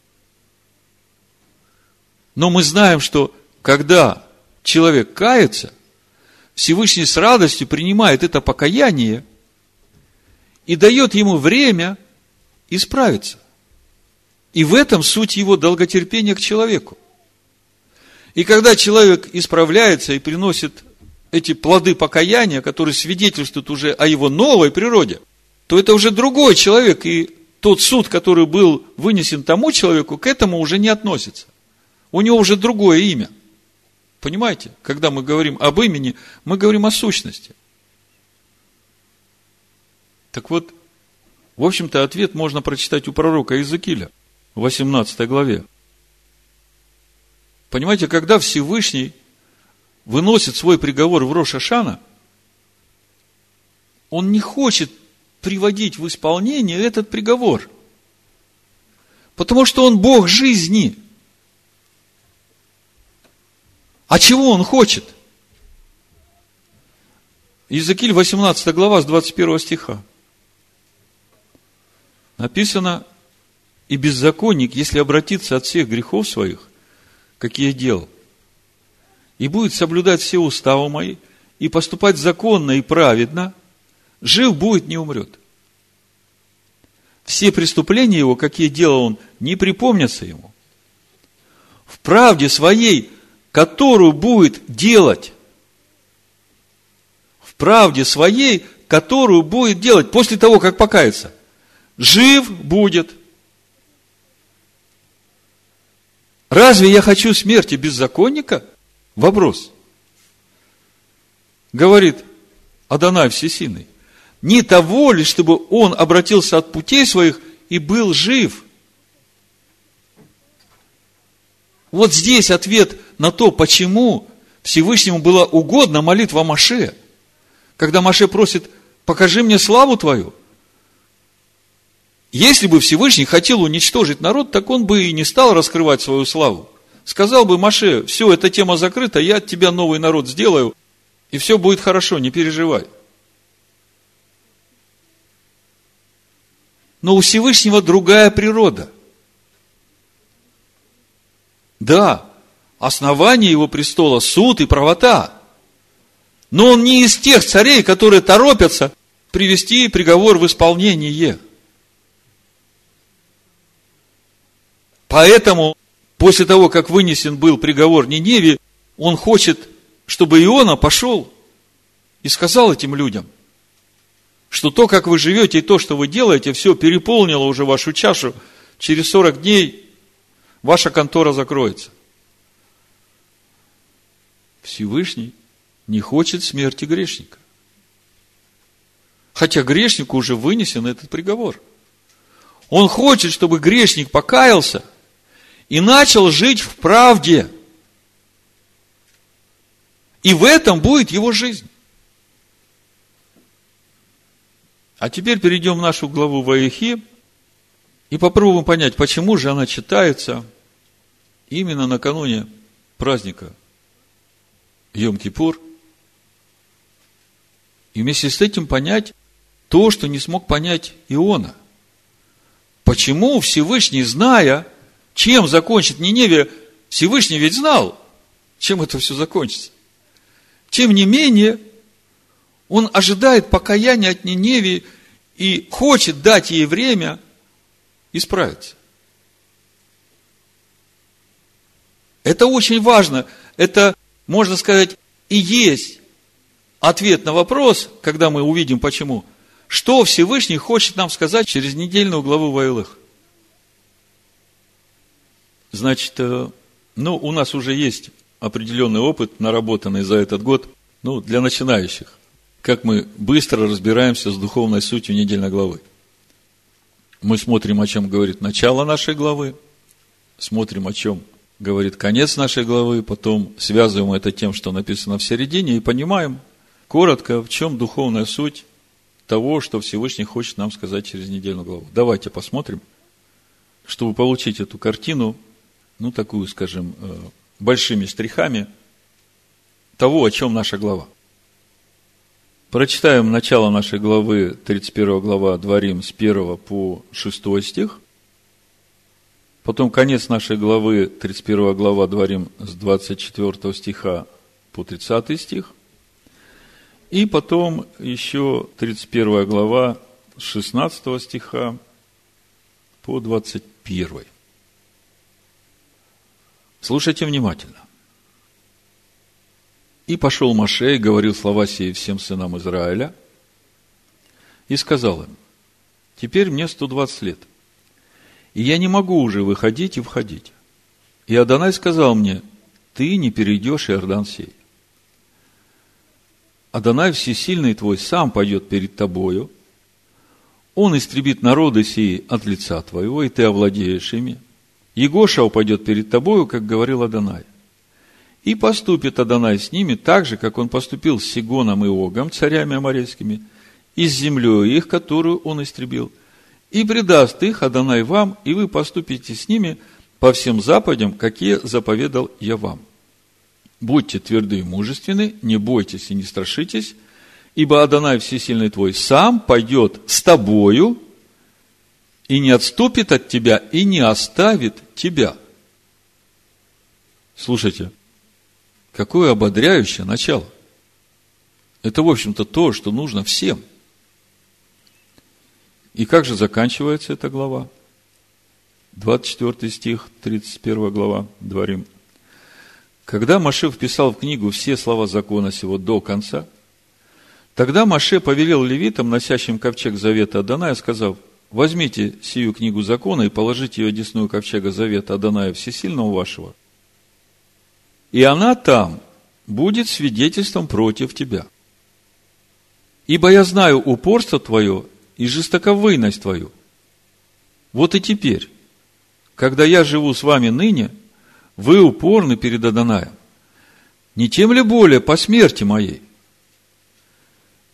Но мы знаем, что когда человек кается, Всевышний с радостью принимает это покаяние и дает ему время исправиться. И в этом суть его долготерпения к человеку. И когда человек исправляется и приносит эти плоды покаяния, которые свидетельствуют уже о его новой природе, то это уже другой человек, и тот суд, который был вынесен тому человеку, к этому уже не относится. У него уже другое имя. Понимаете? Когда мы говорим об имени, мы говорим о сущности. Так вот, в общем-то, ответ можно прочитать у пророка Иезекииля в 18 главе. Понимаете, когда Всевышний выносит свой приговор в Рош ха-Шана, он не хочет приводить в исполнение этот приговор. Потому что он Бог жизни. А чего он хочет? Иезекииль 18 глава с 21 стиха. Написано: «И беззаконник, если обратится от всех грехов своих, какие делал, и будет соблюдать все уставы мои, и поступать законно и праведно, жив будет, не умрет. Все преступления его, какие делал он, не припомнятся ему. В правде своей, которую будет делать, после того, как покается, жив будет». Разве я хочу смерти беззаконника? Вопрос. Говорит Адонай Всесильный: не того ли, чтобы он обратился от путей своих и был жив? Вот здесь ответ на то, почему Всевышнему было угодно молитва Моше. Когда Моше просит: покажи мне славу твою. Если бы Всевышний хотел уничтожить народ, так он бы и не стал раскрывать свою славу. сказал бы Моше: все, эта тема закрыта, я от тебя новый народ сделаю, и все будет хорошо, не переживай. Но у Всевышнего другая природа. Да, основание его престола – суд и правота. Но он не из тех царей, которые торопятся привести приговор в исполнение. Поэтому, после того, как вынесен был приговор Ниневии, он хочет, чтобы Иона пошел и сказал этим людям, что то, как вы живете, и то, что вы делаете, все переполнило уже вашу чашу. Через 40 дней ваша контора закроется. Всевышний не хочет смерти грешника. Хотя грешнику уже вынесен этот приговор. Он хочет, чтобы грешник покаялся и начал жить в правде. И в этом будет его жизнь. А теперь перейдем в нашу главу Ваихи и попробуем понять, почему же она читается именно накануне праздника Йом-Кипур. И вместе с этим понять то, что не смог понять Иона. Почему Всевышний, зная, чем закончит Ниневия, Всевышний ведь знал, чем это все закончится. Тем не менее, он ожидает покаяния от Ниневии и хочет дать ей время исправиться. Это очень важно. Это, можно сказать, и есть ответ на вопрос, когда мы увидим почему. Что Всевышний хочет нам сказать через недельную главу Ваилых? Значит, у нас уже есть определенный опыт, наработанный за этот год, для начинающих. Как мы быстро разбираемся с духовной сутью недельной главы. Мы смотрим, о чем говорит начало нашей главы, смотрим, о чем говорит конец нашей главы, потом связываем это тем, что написано в середине, и понимаем коротко, в чем духовная суть того, что Всевышний хочет нам сказать через недельную главу. Давайте посмотрим, чтобы получить эту картину, такую, скажем, большими штрихами того, о чем наша глава. Прочитаем начало нашей главы, 31 глава Дворим, с 1 по 6 стих. Потом конец нашей главы, 31 глава Дворим, с 24 стиха по 30 стих. И потом еще 31 глава, с 16 стиха по 21. Слушайте внимательно. «И пошел Моше и говорил слова сии всем сынам Израиля, и сказал им: теперь мне 120 лет, и я не могу уже выходить и входить. И Адонай сказал мне: ты не перейдешь Иордан сей. Адонай всесильный твой сам пойдет перед тобою, он истребит народы сии от лица твоего, и ты овладеешь ими. Егоша упадет перед тобою, как говорил Адонай. И поступит Адонай с ними так же, как он поступил с Сигоном и Огом, царями аморейскими, и с землей их, которую он истребил. И предаст их Адонай вам, и вы поступите с ними по всем заповедям, какие заповедал я вам. Будьте тверды и мужественны, не бойтесь и не страшитесь, ибо Адонай всесильный твой сам пойдет с тобою и не отступит от тебя и не оставит тебя». Слушайте, какое ободряющее начало. Это, в общем-то, то, что нужно всем. И как же заканчивается эта глава? 24 стих, 31 глава, Дворим. «Когда Моше вписал в книгу все слова закона сего до конца, тогда Моше повелел левитам, носящим ковчег завета Адоная, сказав: возьмите сию книгу закона и положите ее одесную ковчега завета Адоная Всесильного вашего, и она там будет свидетельством против тебя. Ибо я знаю упорство твое и жестоковыйность твою. Вот и теперь, когда я живу с вами ныне, вы упорны перед Адонаем. Не тем ли более по смерти моей?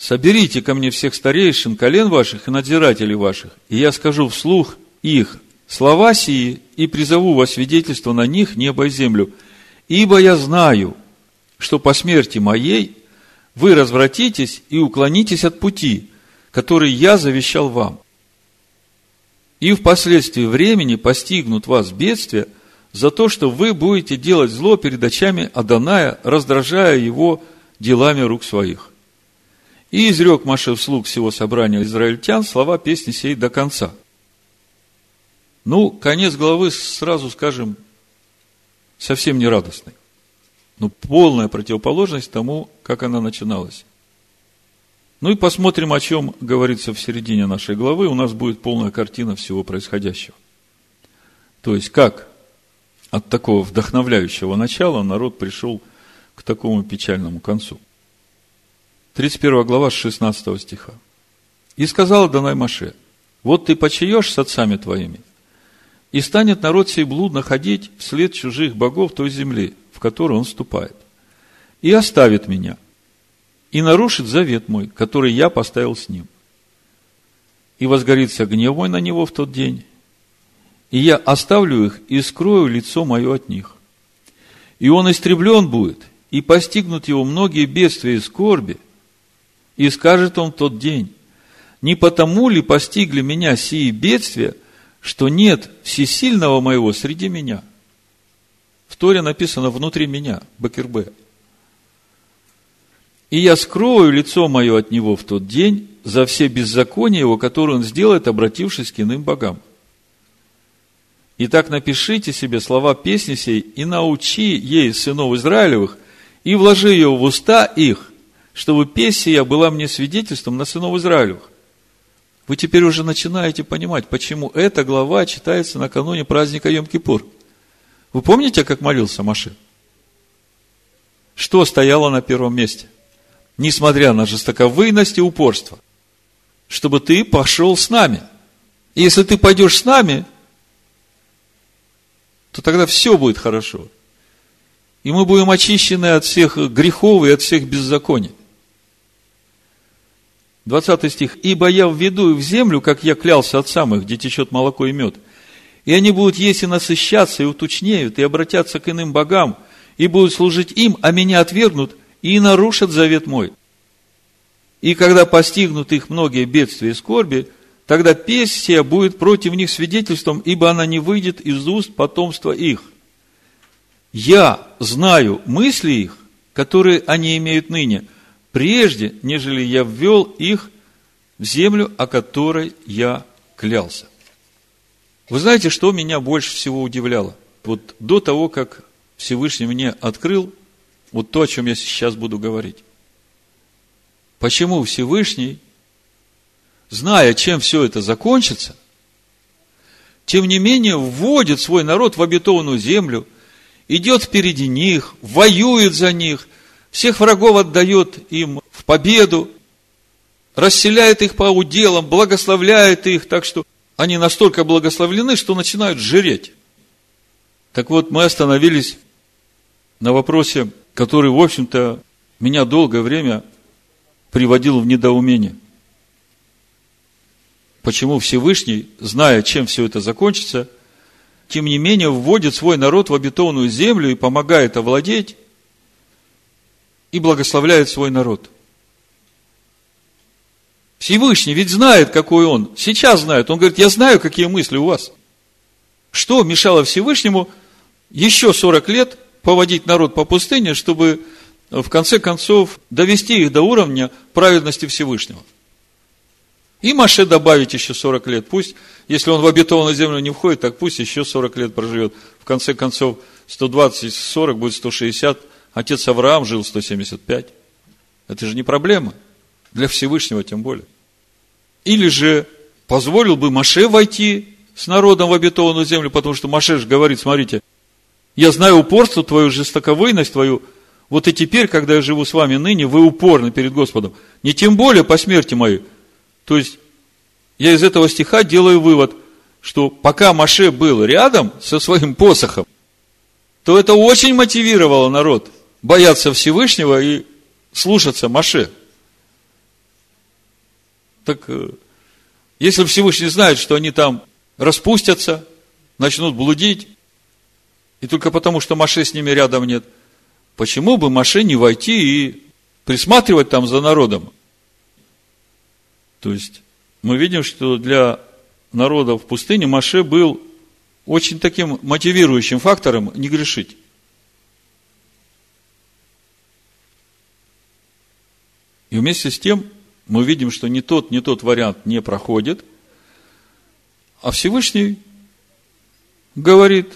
Соберите ко мне всех старейшин, колен ваших и надзирателей ваших, и я скажу вслух их слова сии и призову во свидетельство на них небо и землю. Ибо я знаю, что по смерти моей вы развратитесь и уклонитесь от пути, который я завещал вам. И впоследствии времени постигнут вас бедствия за то, что вы будете делать зло перед очами Адоная, раздражая его делами рук своих. И изрек Моше вслух всего собрания израильтян слова песни сей до конца. Конец главы, сразу скажем, совсем не радостный. Полная противоположность тому, как она начиналась. И посмотрим, о чем говорится в середине нашей главы. У нас будет полная картина всего происходящего. То есть, как от такого вдохновляющего начала народ пришел к такому печальному концу. 31 глава с 16 стиха. «И сказал Адонай Моше: вот ты почаешь с отцами твоими, и станет народ сей блудно ходить вслед чужих богов той земли, в которую он вступает, и оставит меня, и нарушит завет мой, который я поставил с ним. И возгорится гнев мой на него в тот день, и я оставлю их и скрою лицо мое от них. И он истреблен будет, и постигнут его многие бедствия и скорби, и скажет он в тот день: не потому ли постигли меня сии бедствия, что нет всесильного моего среди меня?» В Торе написано «внутри меня», Бакербе. «И я скрою лицо мое от него в тот день за все беззакония его, которые он сделает, обратившись к иным богам. Итак, напишите себе слова песни сей и научи ей сынов Израилевых, и вложи ее в уста их, чтобы песня сия была мне свидетельством на сынов Израилевых». Вы теперь уже начинаете понимать, почему эта глава читается накануне праздника Йом-Кипур. Вы помните, как молился Моше? Что стояло на первом месте? Несмотря на жестоковыйность и упорство, чтобы ты пошел с нами. И если ты пойдешь с нами, то тогда все будет хорошо. И мы будем очищены от всех грехов и от всех беззаконий. 20 стих. «Ибо я введу их в землю, как я клялся отцам их, где течет молоко и мед. И они будут есть и насыщаться, и уточнеют, и обратятся к иным богам, и будут служить им, а меня отвергнут, и нарушат завет мой. И когда постигнут их многие бедствия и скорби, тогда песнь сия будет против них свидетельством, ибо она не выйдет из уст потомства их. Я знаю мысли их, которые они имеют ныне, прежде, нежели я ввел их в землю, о которой я клялся». Вы знаете, что меня больше всего удивляло? Вот до того, как Всевышний мне открыл вот то, о чем я сейчас буду говорить. Почему Всевышний, зная, чем все это закончится, тем не менее вводит свой народ в обетованную землю, идет впереди них, воюет за них, всех врагов отдает им в победу, расселяет их по уделам, благословляет их, так что они настолько благословлены, что начинают жиреть. Так вот, мы остановились на вопросе, который, в общем-то, меня долгое время приводил в недоумение. Почему Всевышний, зная, чем все это закончится, тем не менее вводит свой народ в обетованную землю и помогает овладеть, и благословляет свой народ. Всевышний ведь знает, какой он. Сейчас знает. Он говорит: я знаю, какие мысли у вас. Что мешало Всевышнему еще 40 лет поводить народ по пустыне, чтобы в конце концов довести их до уровня праведности Всевышнего? И Моше добавить еще 40 лет. Пусть, если он в обетованную землю не входит, так пусть еще 40 лет проживет. В конце концов, 120, 40 будет 160. Отец Авраам жил 175. Это же не проблема. Для Всевышнего тем более. Или же позволил бы Моше войти с народом в обетованную землю, потому что Моше же говорит: смотрите, я знаю упорство твою, жестоковыйность твою, вот и теперь, когда я живу с вами ныне, вы упорны перед Господом. Не тем более по смерти моей. То есть, я из этого стиха делаю вывод, что пока Моше был рядом со своим посохом, то это очень мотивировало народ бояться Всевышнего и слушаться Моше. Так, если Всевышний знает, что они там распустятся, начнут блудить, и только потому, что Моше с ними рядом нет, почему бы Моше не войти и присматривать там за народом? То есть, мы видим, что для народа в пустыне Моше был очень таким мотивирующим фактором не грешить. И вместе с тем мы видим, что ни тот вариант не проходит, а Всевышний говорит: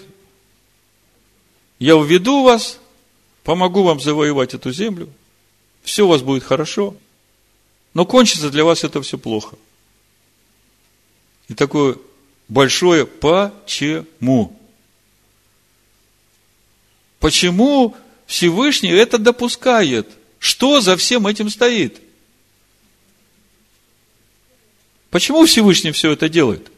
я введу вас, помогу вам завоевать эту землю, все у вас будет хорошо, но кончится для вас это все плохо. И такое большое почему. Почему Всевышний это допускает? Что за всем этим стоит? Почему Всевышний все это делает?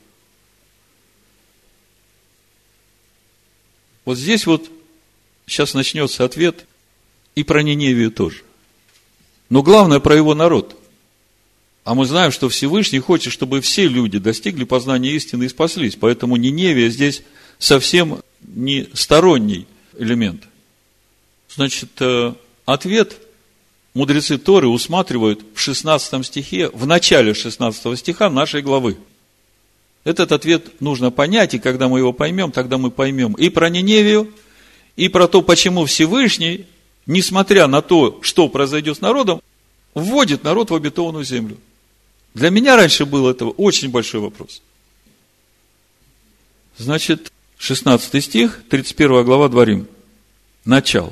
Вот здесь вот сейчас начнется ответ и про Ниневию тоже. Но главное про его народ. А мы знаем, что Всевышний хочет, чтобы все люди достигли познания истины и спаслись. Поэтому Ниневия здесь совсем не сторонний элемент. Значит, ответ мудрецы Торы усматривают в 16 стихе, в начале 16 стиха нашей главы. Этот ответ нужно понять, и когда мы его поймем, тогда мы поймем и про Ниневию, и про то, почему Всевышний, несмотря на то, что произойдет с народом, вводит народ в обетованную землю. Для меня раньше был это очень большой вопрос. Значит, 16 стих, 31 глава Дворим. Начало.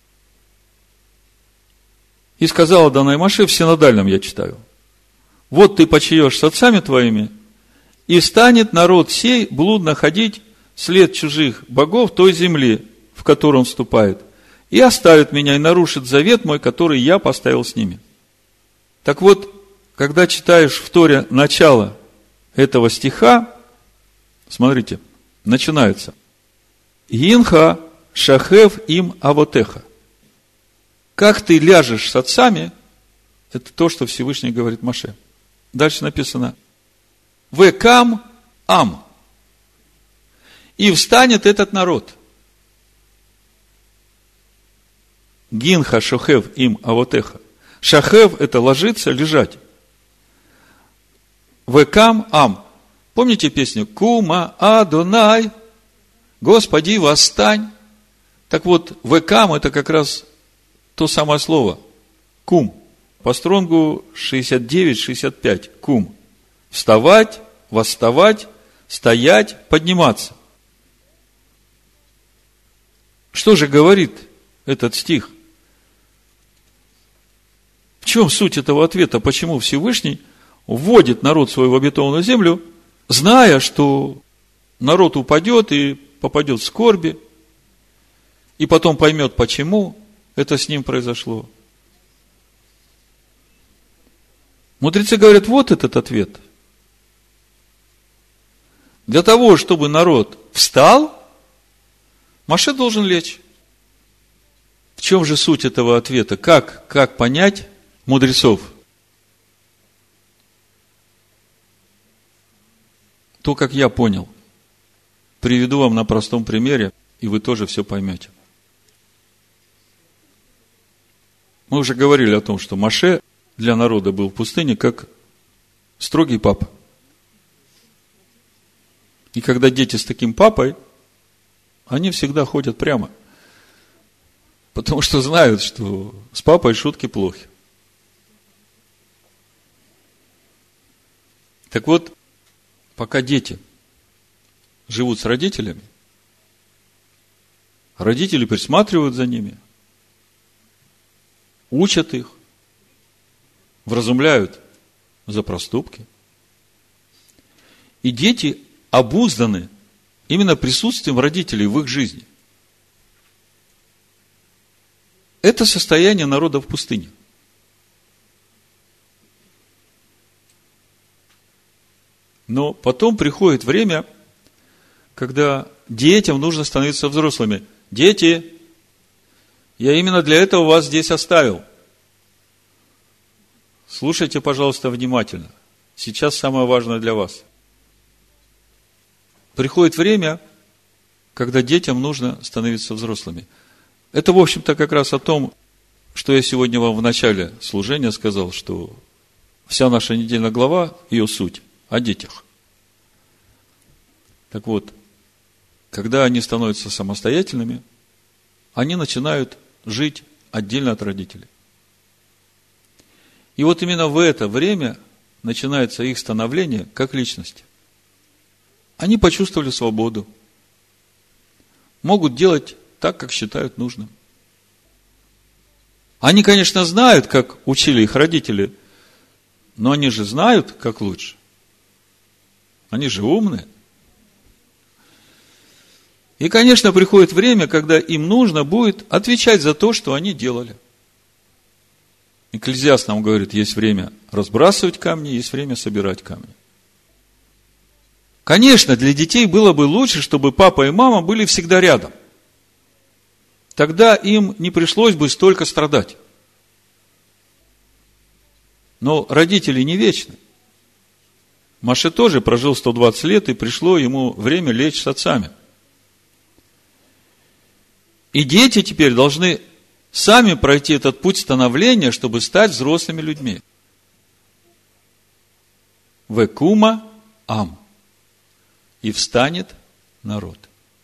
И сказала Адонай Моше, в синодальном я читаю: вот ты почиешь с отцами твоими, и станет народ сей блудно ходить вслед чужих богов той земли, в которую он вступает, и оставит меня, и нарушит завет мой, который я поставил с ними. Так вот, когда читаешь в Торе начало этого стиха, смотрите, начинается: Гинха шахев им авотеха. Как ты ляжешь с отцами, это то, что Всевышний говорит Моше. Дальше написано: Векам ам. И встанет этот народ. Гинха шахев им авотеха. Шахев – это ложиться, лежать. Векам ам. Помните песню? Кума Адонай. Господи, восстань. Так вот, векам – это как раз то самое слово. Кум. По стронгу 69-65. Кум. Вставать, восставать, стоять, подниматься. Что же говорит этот стих? В чем суть этого ответа? Почему Всевышний вводит народ свой в обетованную землю, зная, что народ упадет и попадет в скорби, и потом поймет, почему это с ним произошло? Мудрецы говорят, вот этот ответ. Для того, чтобы народ встал, Моше должен лечь. В чем же суть этого ответа? Как понять мудрецов? То, как я понял, приведу вам на простом примере, и вы тоже все поймете. Мы уже говорили о том, что Моше для народа был в пустыне как строгий папа. И когда дети с таким папой, они всегда ходят прямо. Потому что знают, что с папой шутки плохи. Так вот, пока дети живут с родителями, родители присматривают за ними, учат их, вразумляют за проступки. И дети обузданы именно присутствием родителей в их жизни. Это состояние народа в пустыне. Но потом приходит время, когда детям нужно становиться взрослыми. Дети, я именно для этого вас здесь оставил. Слушайте, пожалуйста, внимательно. Сейчас самое важное для вас. Приходит время, когда детям нужно становиться взрослыми. Это, в общем-то, как раз о том, что я сегодня вам в начале служения сказал, что вся наша недельная глава, ее суть о детях. Так вот, когда они становятся самостоятельными, они начинают жить отдельно от родителей. И вот именно в это время начинается их становление как личности. Они почувствовали свободу, могут делать так, как считают нужным. Они, конечно, знают, как учили их родители, но они же знают, как лучше. Они же умные. И, конечно, приходит время, когда им нужно будет отвечать за то, что они делали. Экклезиаст нам говорит, есть время разбрасывать камни, есть время собирать камни. Конечно, для детей было бы лучше, чтобы папа и мама были всегда рядом. Тогда им не пришлось бы столько страдать. Но родители не вечны. Моше тоже прожил 120 лет, и пришло ему время лечь с отцами. И дети теперь должны сами пройти этот путь становления, чтобы стать взрослыми людьми. Векума ам. И встанет народ.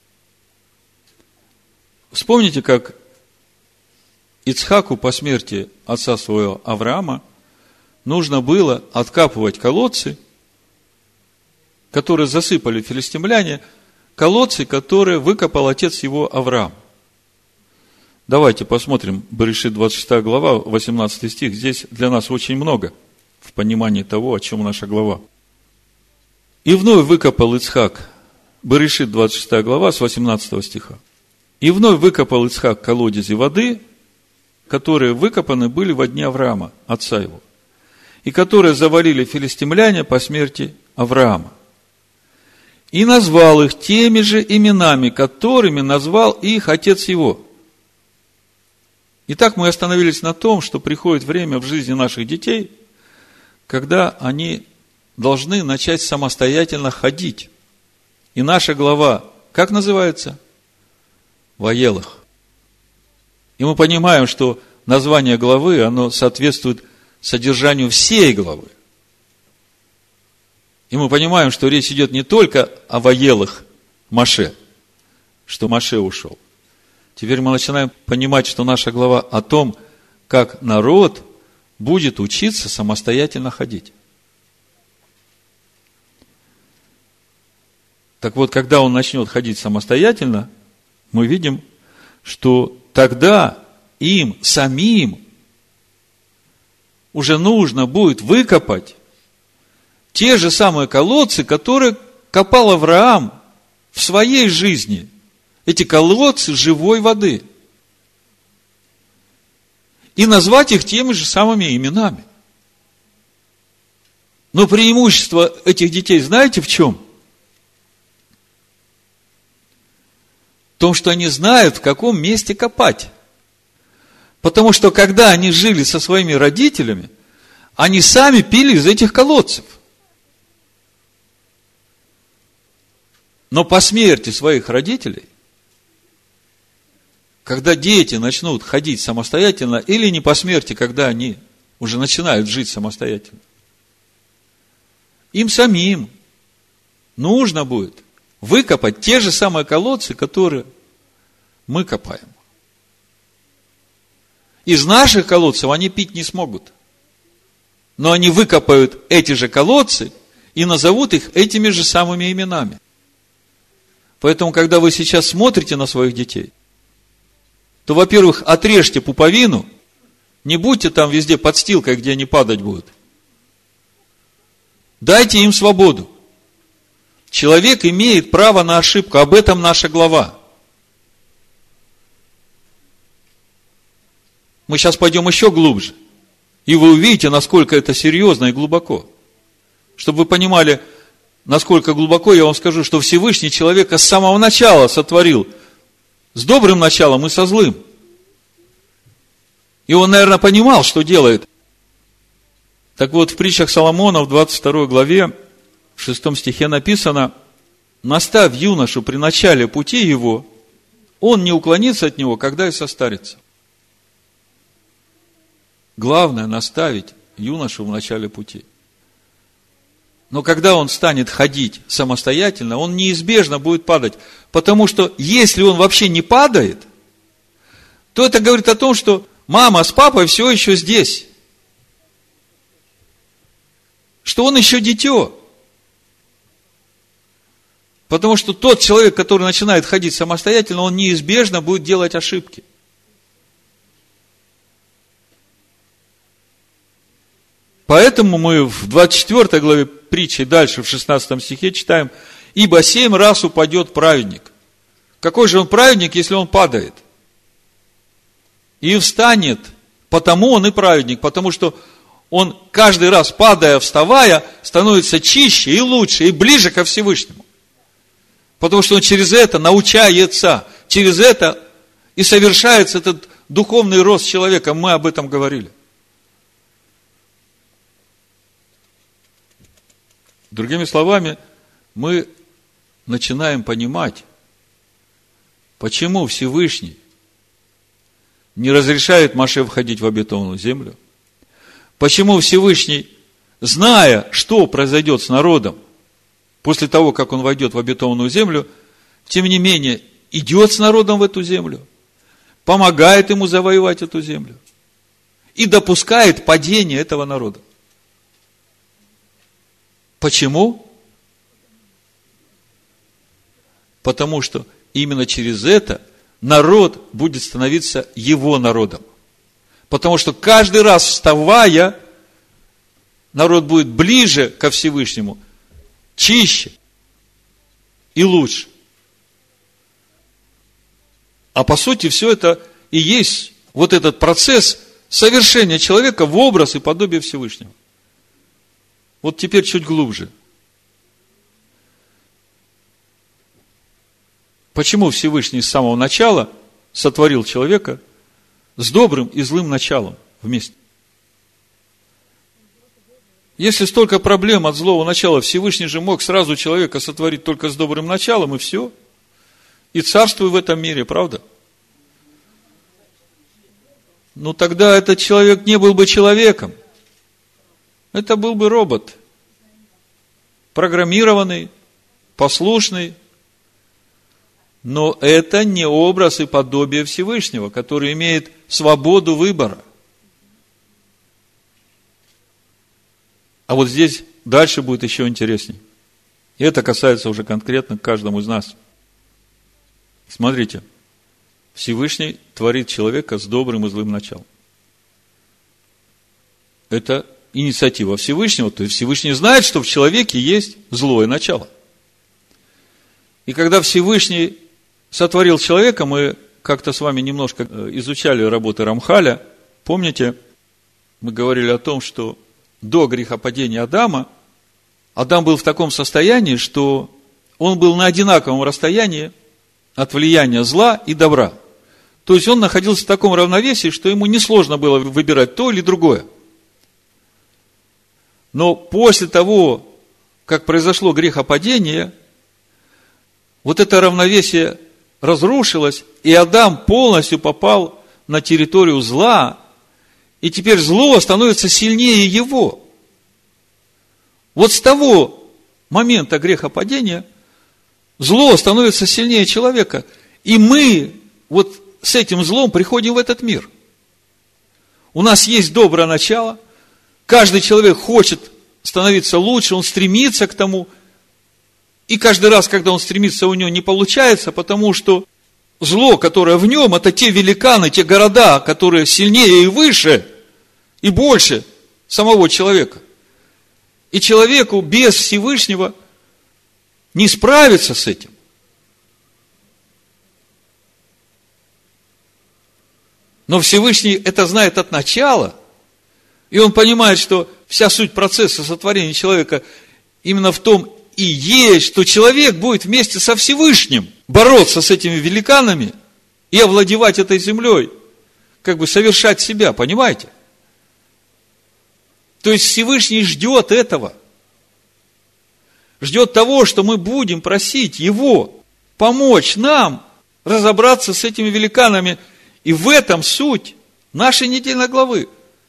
Вспомните, как Ицхаку по смерти отца своего Авраама нужно было откапывать колодцы, которые засыпали филистимляне, колодцы, которые выкопал отец его Авраам. Давайте посмотрим, Берешит 26 глава, 18 стих. Здесь для нас очень много в понимании того, о чем наша глава. И вновь выкопал Ицхак, Берешит 26 глава, с 18 стиха. И вновь выкопал Ицхак колодези воды, которые выкопаны были во дни Авраама, отца его, и которые завалили филистимляне по смерти Авраама. И назвал их теми же именами, которыми назвал их отец его. Итак, мы остановились на том, что приходит время в жизни наших детей, когда они должны начать самостоятельно ходить. И наша глава, как называется? Ваелах. И мы понимаем, что название главы, оно соответствует содержанию всей главы. И мы понимаем, что речь идет не только о Ваелах Моше, что Моше ушел. Теперь мы начинаем понимать, что наша глава о том, как народ будет учиться самостоятельно ходить. Так вот, когда он начнет ходить самостоятельно, мы видим, что тогда им самим уже нужно будет выкопать те же самые колодцы, которые копал Авраам в своей жизни. Эти колодцы живой воды. И назвать их теми же самыми именами. Но преимущество этих детей знаете в чем? В том, что они знают, в каком месте копать. Потому что, когда они жили со своими родителями, они сами пили из этих колодцев. Но по смерти своих родителей, когда дети начнут ходить самостоятельно, или не по смерти, когда они уже начинают жить самостоятельно, им самим нужно будет выкопать те же самые колодцы, которые мы копаем. Из наших колодцев они пить не смогут. Но они выкопают эти же колодцы и назовут их этими же самыми именами. Поэтому, когда вы сейчас смотрите на своих детей, то, во-первых, отрежьте пуповину, не будьте там везде подстилкой, где они падать будут. Дайте им свободу. Человек имеет право на ошибку, об этом наша глава. Мы сейчас пойдем еще глубже, и вы увидите, насколько это серьезно и глубоко. Чтобы вы понимали, насколько глубоко, я вам скажу, что Всевышний человека с самого начала сотворил с добрым началом и со злым. И он, наверное, понимал, что делает. Так вот, в притчах Соломона, в 22 главе, в 6 стихе написано: наставь юношу при начале пути его, он не уклонится от него, когда и состарится. Главное наставить юношу в начале пути. Но когда он станет ходить самостоятельно, он неизбежно будет падать. Потому что если он вообще не падает, то это говорит о том, что мама с папой все еще здесь. Что он еще дитё. Потому что тот человек, который начинает ходить самостоятельно, он неизбежно будет делать ошибки. Поэтому мы в 24 главе притчи, дальше в 16 стихе читаем: «Ибо 7 раз упадет праведник». Какой же он праведник, если он падает? И встанет, потому он и праведник, потому что он каждый раз, падая, вставая, становится чище и лучше, и ближе ко Всевышнему. Потому что он через это научается, через это и совершается этот духовный рост человека. Мы об этом говорили. Другими словами, мы начинаем понимать, почему Всевышний не разрешает Моше входить в обетованную землю, почему Всевышний, зная, что произойдет с народом после того, как он войдет в обетованную землю, тем не менее идет с народом в эту землю, помогает ему завоевать эту землю и допускает падение этого народа. Почему? Потому что именно через это народ будет становиться его народом. Потому что каждый раз вставая, народ будет ближе ко Всевышнему, чище и лучше. А по сути все это и есть вот этот процесс совершения человека в образ и подобие Всевышнего. Вот теперь чуть глубже. Почему Всевышний с самого начала сотворил человека с добрым и злым началом вместе? Если столько проблем от злого начала, Всевышний же мог сразу человека сотворить только с добрым началом, и все. И царствуй в этом мире, правда? Ну, тогда этот человек не был бы человеком. Это был бы робот. Программированный, послушный. Но это не образ и подобие Всевышнего, который имеет свободу выбора. А вот здесь дальше будет еще интересней. И это касается уже конкретно каждому из нас. Смотрите, Всевышний творит человека с добрым и злым началом. Это инициатива Всевышнего, то есть Всевышний знает, что в человеке есть злое начало. И когда Всевышний сотворил человека, мы как-то с вами немножко изучали работы Рамхаля. Помните, мы говорили о том, что до грехопадения Адама, Адам был в таком состоянии, что он был на одинаковом расстоянии от влияния зла и добра. То есть он находился в таком равновесии, что ему несложно было выбирать то или другое. Но после того, как произошло грехопадение, вот это равновесие разрушилось, и Адам полностью попал на территорию зла, и теперь зло становится сильнее его. Вот с того момента грехопадения зло становится сильнее человека, и мы вот с этим злом приходим в этот мир. У нас есть доброе начало, каждый человек хочет становиться лучше, он стремится к тому, и каждый раз, когда он стремится, у него не получается, потому что зло, которое в нем, это те великаны, те города, которые сильнее и выше, и больше самого человека. И человеку без Всевышнего не справиться с этим. Но Всевышний это знает от начала, и он понимает, что вся суть процесса сотворения человека именно в том и есть, что человек будет вместе со Всевышним бороться с этими великанами и овладевать этой землей, как бы совершать себя, понимаете? То есть Всевышний ждет этого. ждет того, что мы будем просить Его помочь нам разобраться с этими великанами. И в этом суть нашей недельной главы.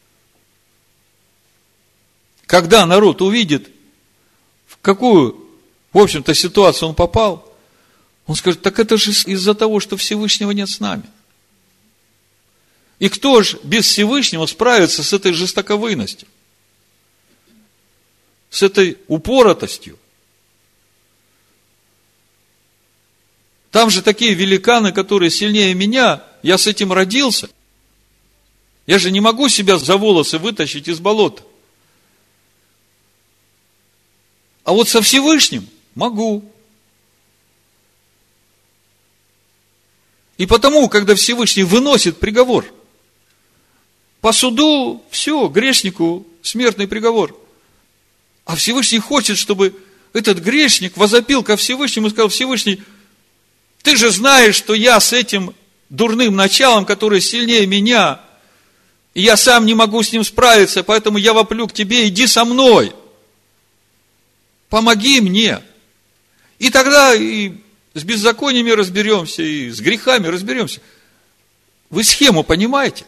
Когда народ увидит, в какую, в общем-то, ситуацию он попал, он скажет: так это же из-за того, что Всевышнего нет с нами. И кто же без Всевышнего справится с этой жестоковыйностью, с этой упоротостью? Там же такие великаны, которые сильнее меня, я с этим родился. Я же не могу себя за волосы вытащить из болота. А вот со Всевышним могу. И потому, когда Всевышний выносит приговор, по суду все, грешнику смертный приговор. А Всевышний хочет, чтобы этот грешник возопил ко Всевышнему и сказал: Всевышний, ты же знаешь, что я с этим дурным началом, которое сильнее меня, и я сам не могу с ним справиться, поэтому я воплю к тебе: иди со мной, помоги мне. И тогда и с беззакониями разберемся, и с грехами разберемся. Вы схему понимаете?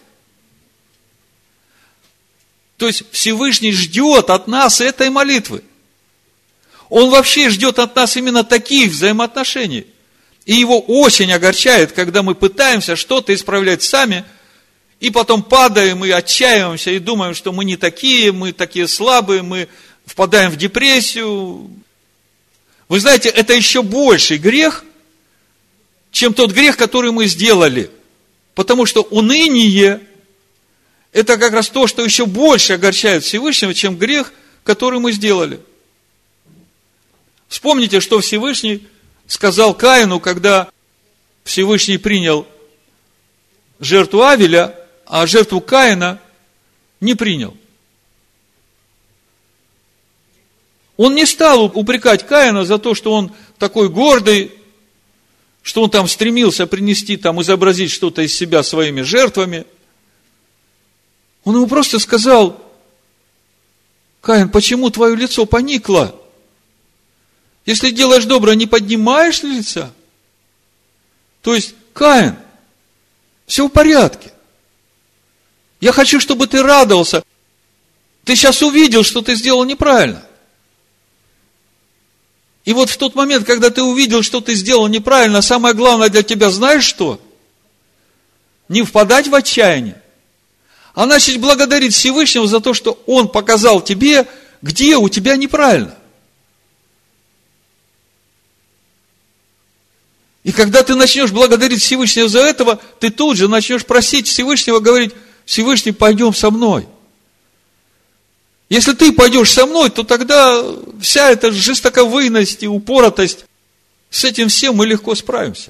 То есть Всевышний ждет от нас этой молитвы. Он вообще ждет от нас именно таких взаимоотношений. И его очень огорчает, когда мы пытаемся что-то исправлять сами, и потом падаем и отчаиваемся, и думаем, что мы не такие, мы такие слабые, мы впадаем в депрессию. Вы знаете, это еще больший грех, чем тот грех, который мы сделали. Потому что уныние – это как раз то, что еще больше огорчает Всевышнего, чем грех, который мы сделали. Вспомните, что Всевышний сказал Каину, когда Всевышний принял жертву Авеля, а жертву Каина не принял. Он не стал упрекать Каина за то, что он такой гордый, что он там стремился принести, там, изобразить что-то из себя своими жертвами. Он ему просто сказал: Каин, почему твое лицо поникло? Если делаешь доброе, не поднимаешь ли лица? То есть, Каин, все в порядке. Я хочу, чтобы ты радовался. Ты сейчас увидел, что ты сделал неправильно. И вот в тот момент, когда ты увидел, что ты сделал неправильно, самое главное для тебя, знаешь что? Не впадать в отчаяние, а начать благодарить Всевышнего за то, что Он показал тебе, где у тебя неправильно. И когда ты начнешь благодарить Всевышнего за этого, ты тут же начнешь просить Всевышнего, говорить: Всевышний, пойдем со мной. Если ты пойдешь со мной, то тогда вся эта жестоковыйность и упоротость, с этим всем мы легко справимся.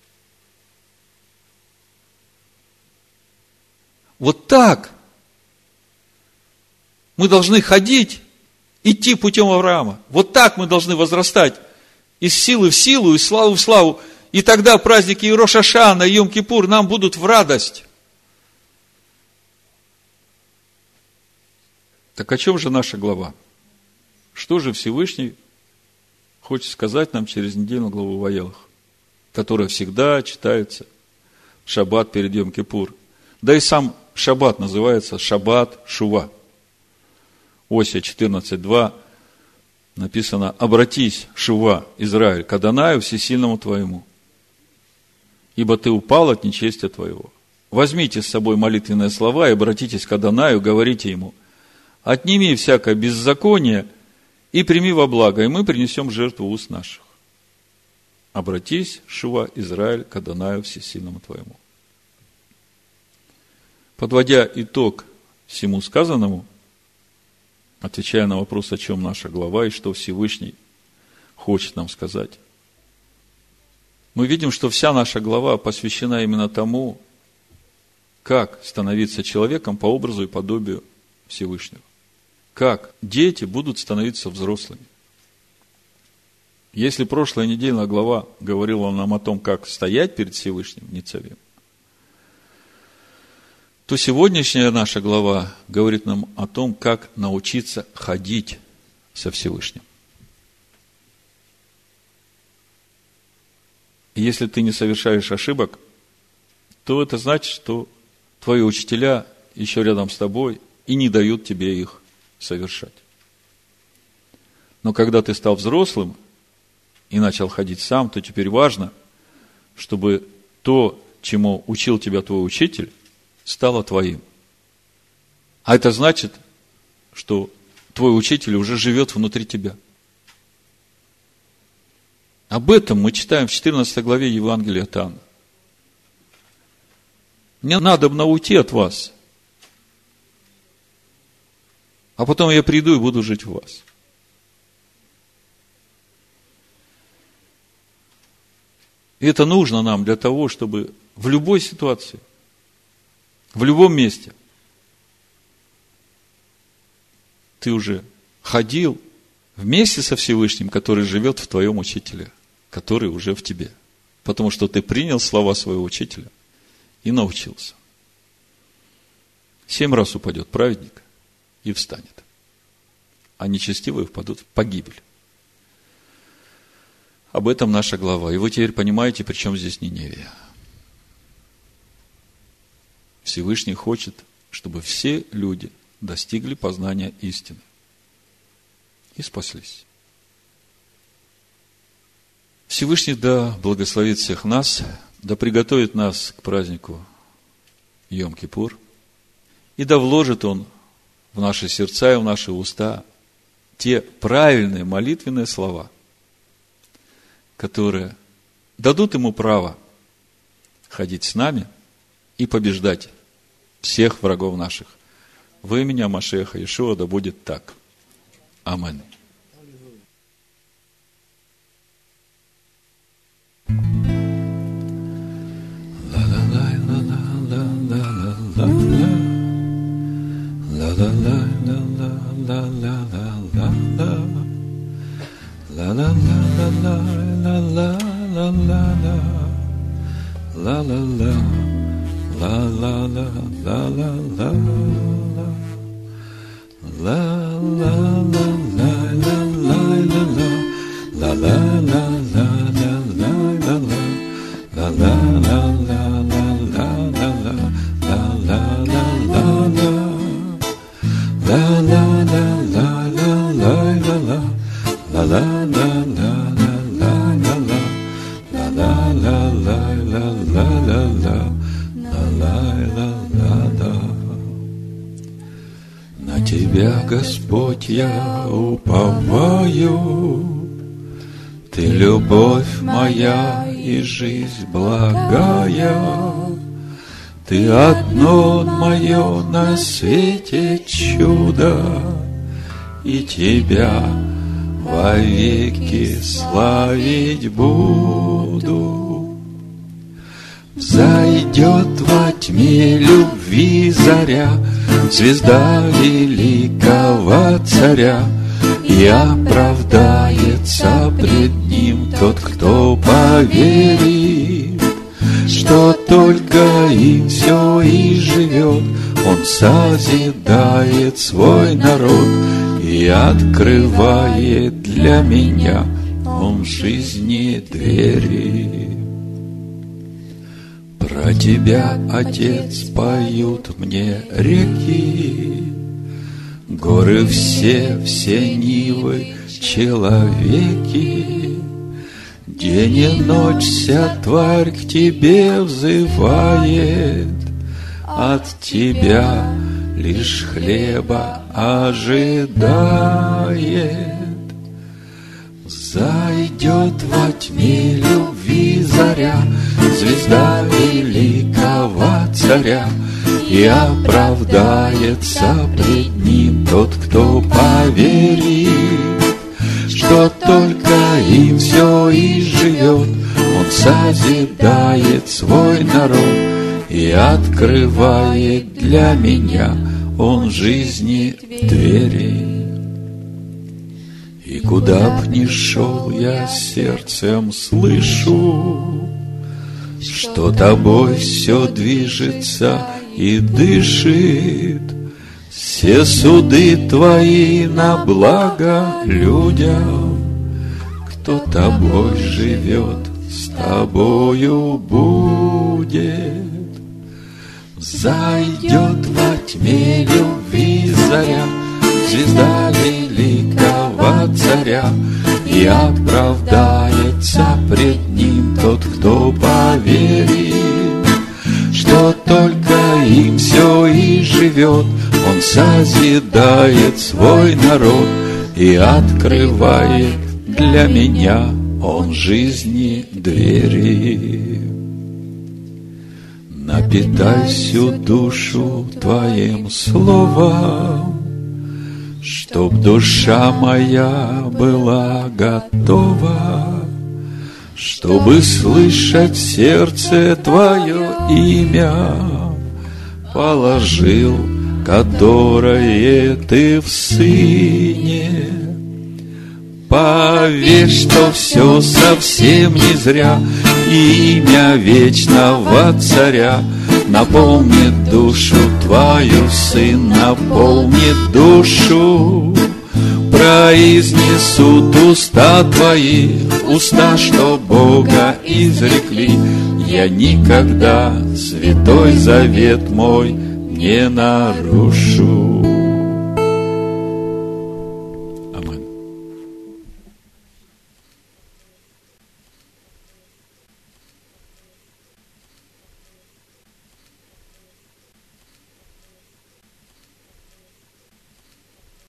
Вот так мы должны ходить, идти путем Авраама. Вот так мы должны возрастать из силы в силу, из славы в славу. И тогда праздники Рош ха-Шана и Йом-Кипур нам будут в радость. Так о чем же наша глава? Что же Всевышний хочет сказать нам через недельную главу Ваелах, которая всегда читается в шаббат перед Йом-Кипур? Да и сам шаббат называется шаббат Шува. Осия 14:2 написано: обратись, Шува, Израиль, к Адонаю всесильному твоему, ибо ты упал от нечестия твоего. Возьмите с собой молитвенные слова и обратитесь к Адонаю, говорите ему: отними всякое беззаконие и прими во благо, и мы принесем жертву уст наших. Обратись, Шува, Израиль, к Адонаю всесильному твоему. Подводя итог всему сказанному, отвечая на вопрос, о чем наша глава и что Всевышний хочет нам сказать, мы видим, что вся наша глава посвящена именно тому, как становиться человеком по образу и подобию Всевышнего. Как дети будут становиться взрослыми. Если прошлая недельная глава говорила нам о том, как стоять перед Всевышним, Ницавим, то сегодняшняя наша глава говорит нам о том, как научиться ходить со Всевышним. И если ты не совершаешь ошибок, то это значит, что твои учителя еще рядом с тобой и не дают тебе их совершать. Но когда ты стал взрослым и начал ходить сам, то теперь важно, чтобы то, чему учил тебя твой учитель, стало твоим. А это значит, что твой учитель уже живет внутри тебя. Об этом мы читаем в 14 главе Евангелия от Иоанна. Мне надобно уйти от вас, а потом я приду и буду жить в вас. И это нужно нам для того, чтобы в любой ситуации, в любом месте ты уже ходил вместе со Всевышним, который живет в твоем учителе, который уже в тебе. Потому что ты принял слова своего учителя и научился. 7 раз упадет праведник и встанет, а нечестивые впадут в погибель. Об этом наша глава. И вы теперь понимаете, при чем здесь Ниневия. Всевышний хочет, чтобы все люди достигли познания истины и спаслись. Всевышний да благословит всех нас, да приготовит нас к празднику Йом-Кипур, и да вложит Он в наши сердца и в наши уста те правильные молитвенные слова, которые дадут Ему право ходить с нами и побеждать всех врагов наших. Во имя Машеха Иешуа да будет так. Аминь. На Тебя, Господь, я уповаю, Ты любовь моя и жизнь благая, Ты одно мое на свете чудо, и Тебя вовеки славить буду. Взойдет во тьме любви заря, звезда великого царя, и оправдается пред ним тот, кто поверит, что только им все и живет. Он созидает свой народ и открывает для меня Он жизни двери. Про Тебя, Отец, поют мне реки, горы все нивы, человеки. День и ночь вся тварь к Тебе взывает, от Тебя лишь хлеба ожидает. Зайдет во тьме любви заря, звезда великого царя, и оправдается пред ним тот, кто поверит, что только им все и живет. Он созидает свой народ и открывает для меня Он жизни двери. И куда б ни шел, я сердцем слышу, что Тобой все движется и дышит. Все суды Твои на благо людям, кто Тобой живет, тобою будет. Взойдет во тьме любви заря, звезда великого царя, и оправдается пред ним тот, кто поверит, что только им все и живет. Он созидает свой народ и открывает для меня он жизни двери. Напитай всю душу Твоим словом, чтоб душа моя была готова, чтобы слышать в сердце Твое имя положил, которое Ты в Сыне. Поверь, что все совсем не зря, и имя вечного Царя наполнит душу Твою, Сын наполнит душу. Произнесут уста Твои, уста, что Бога изрекли. Я никогда святой завет мой не нарушу.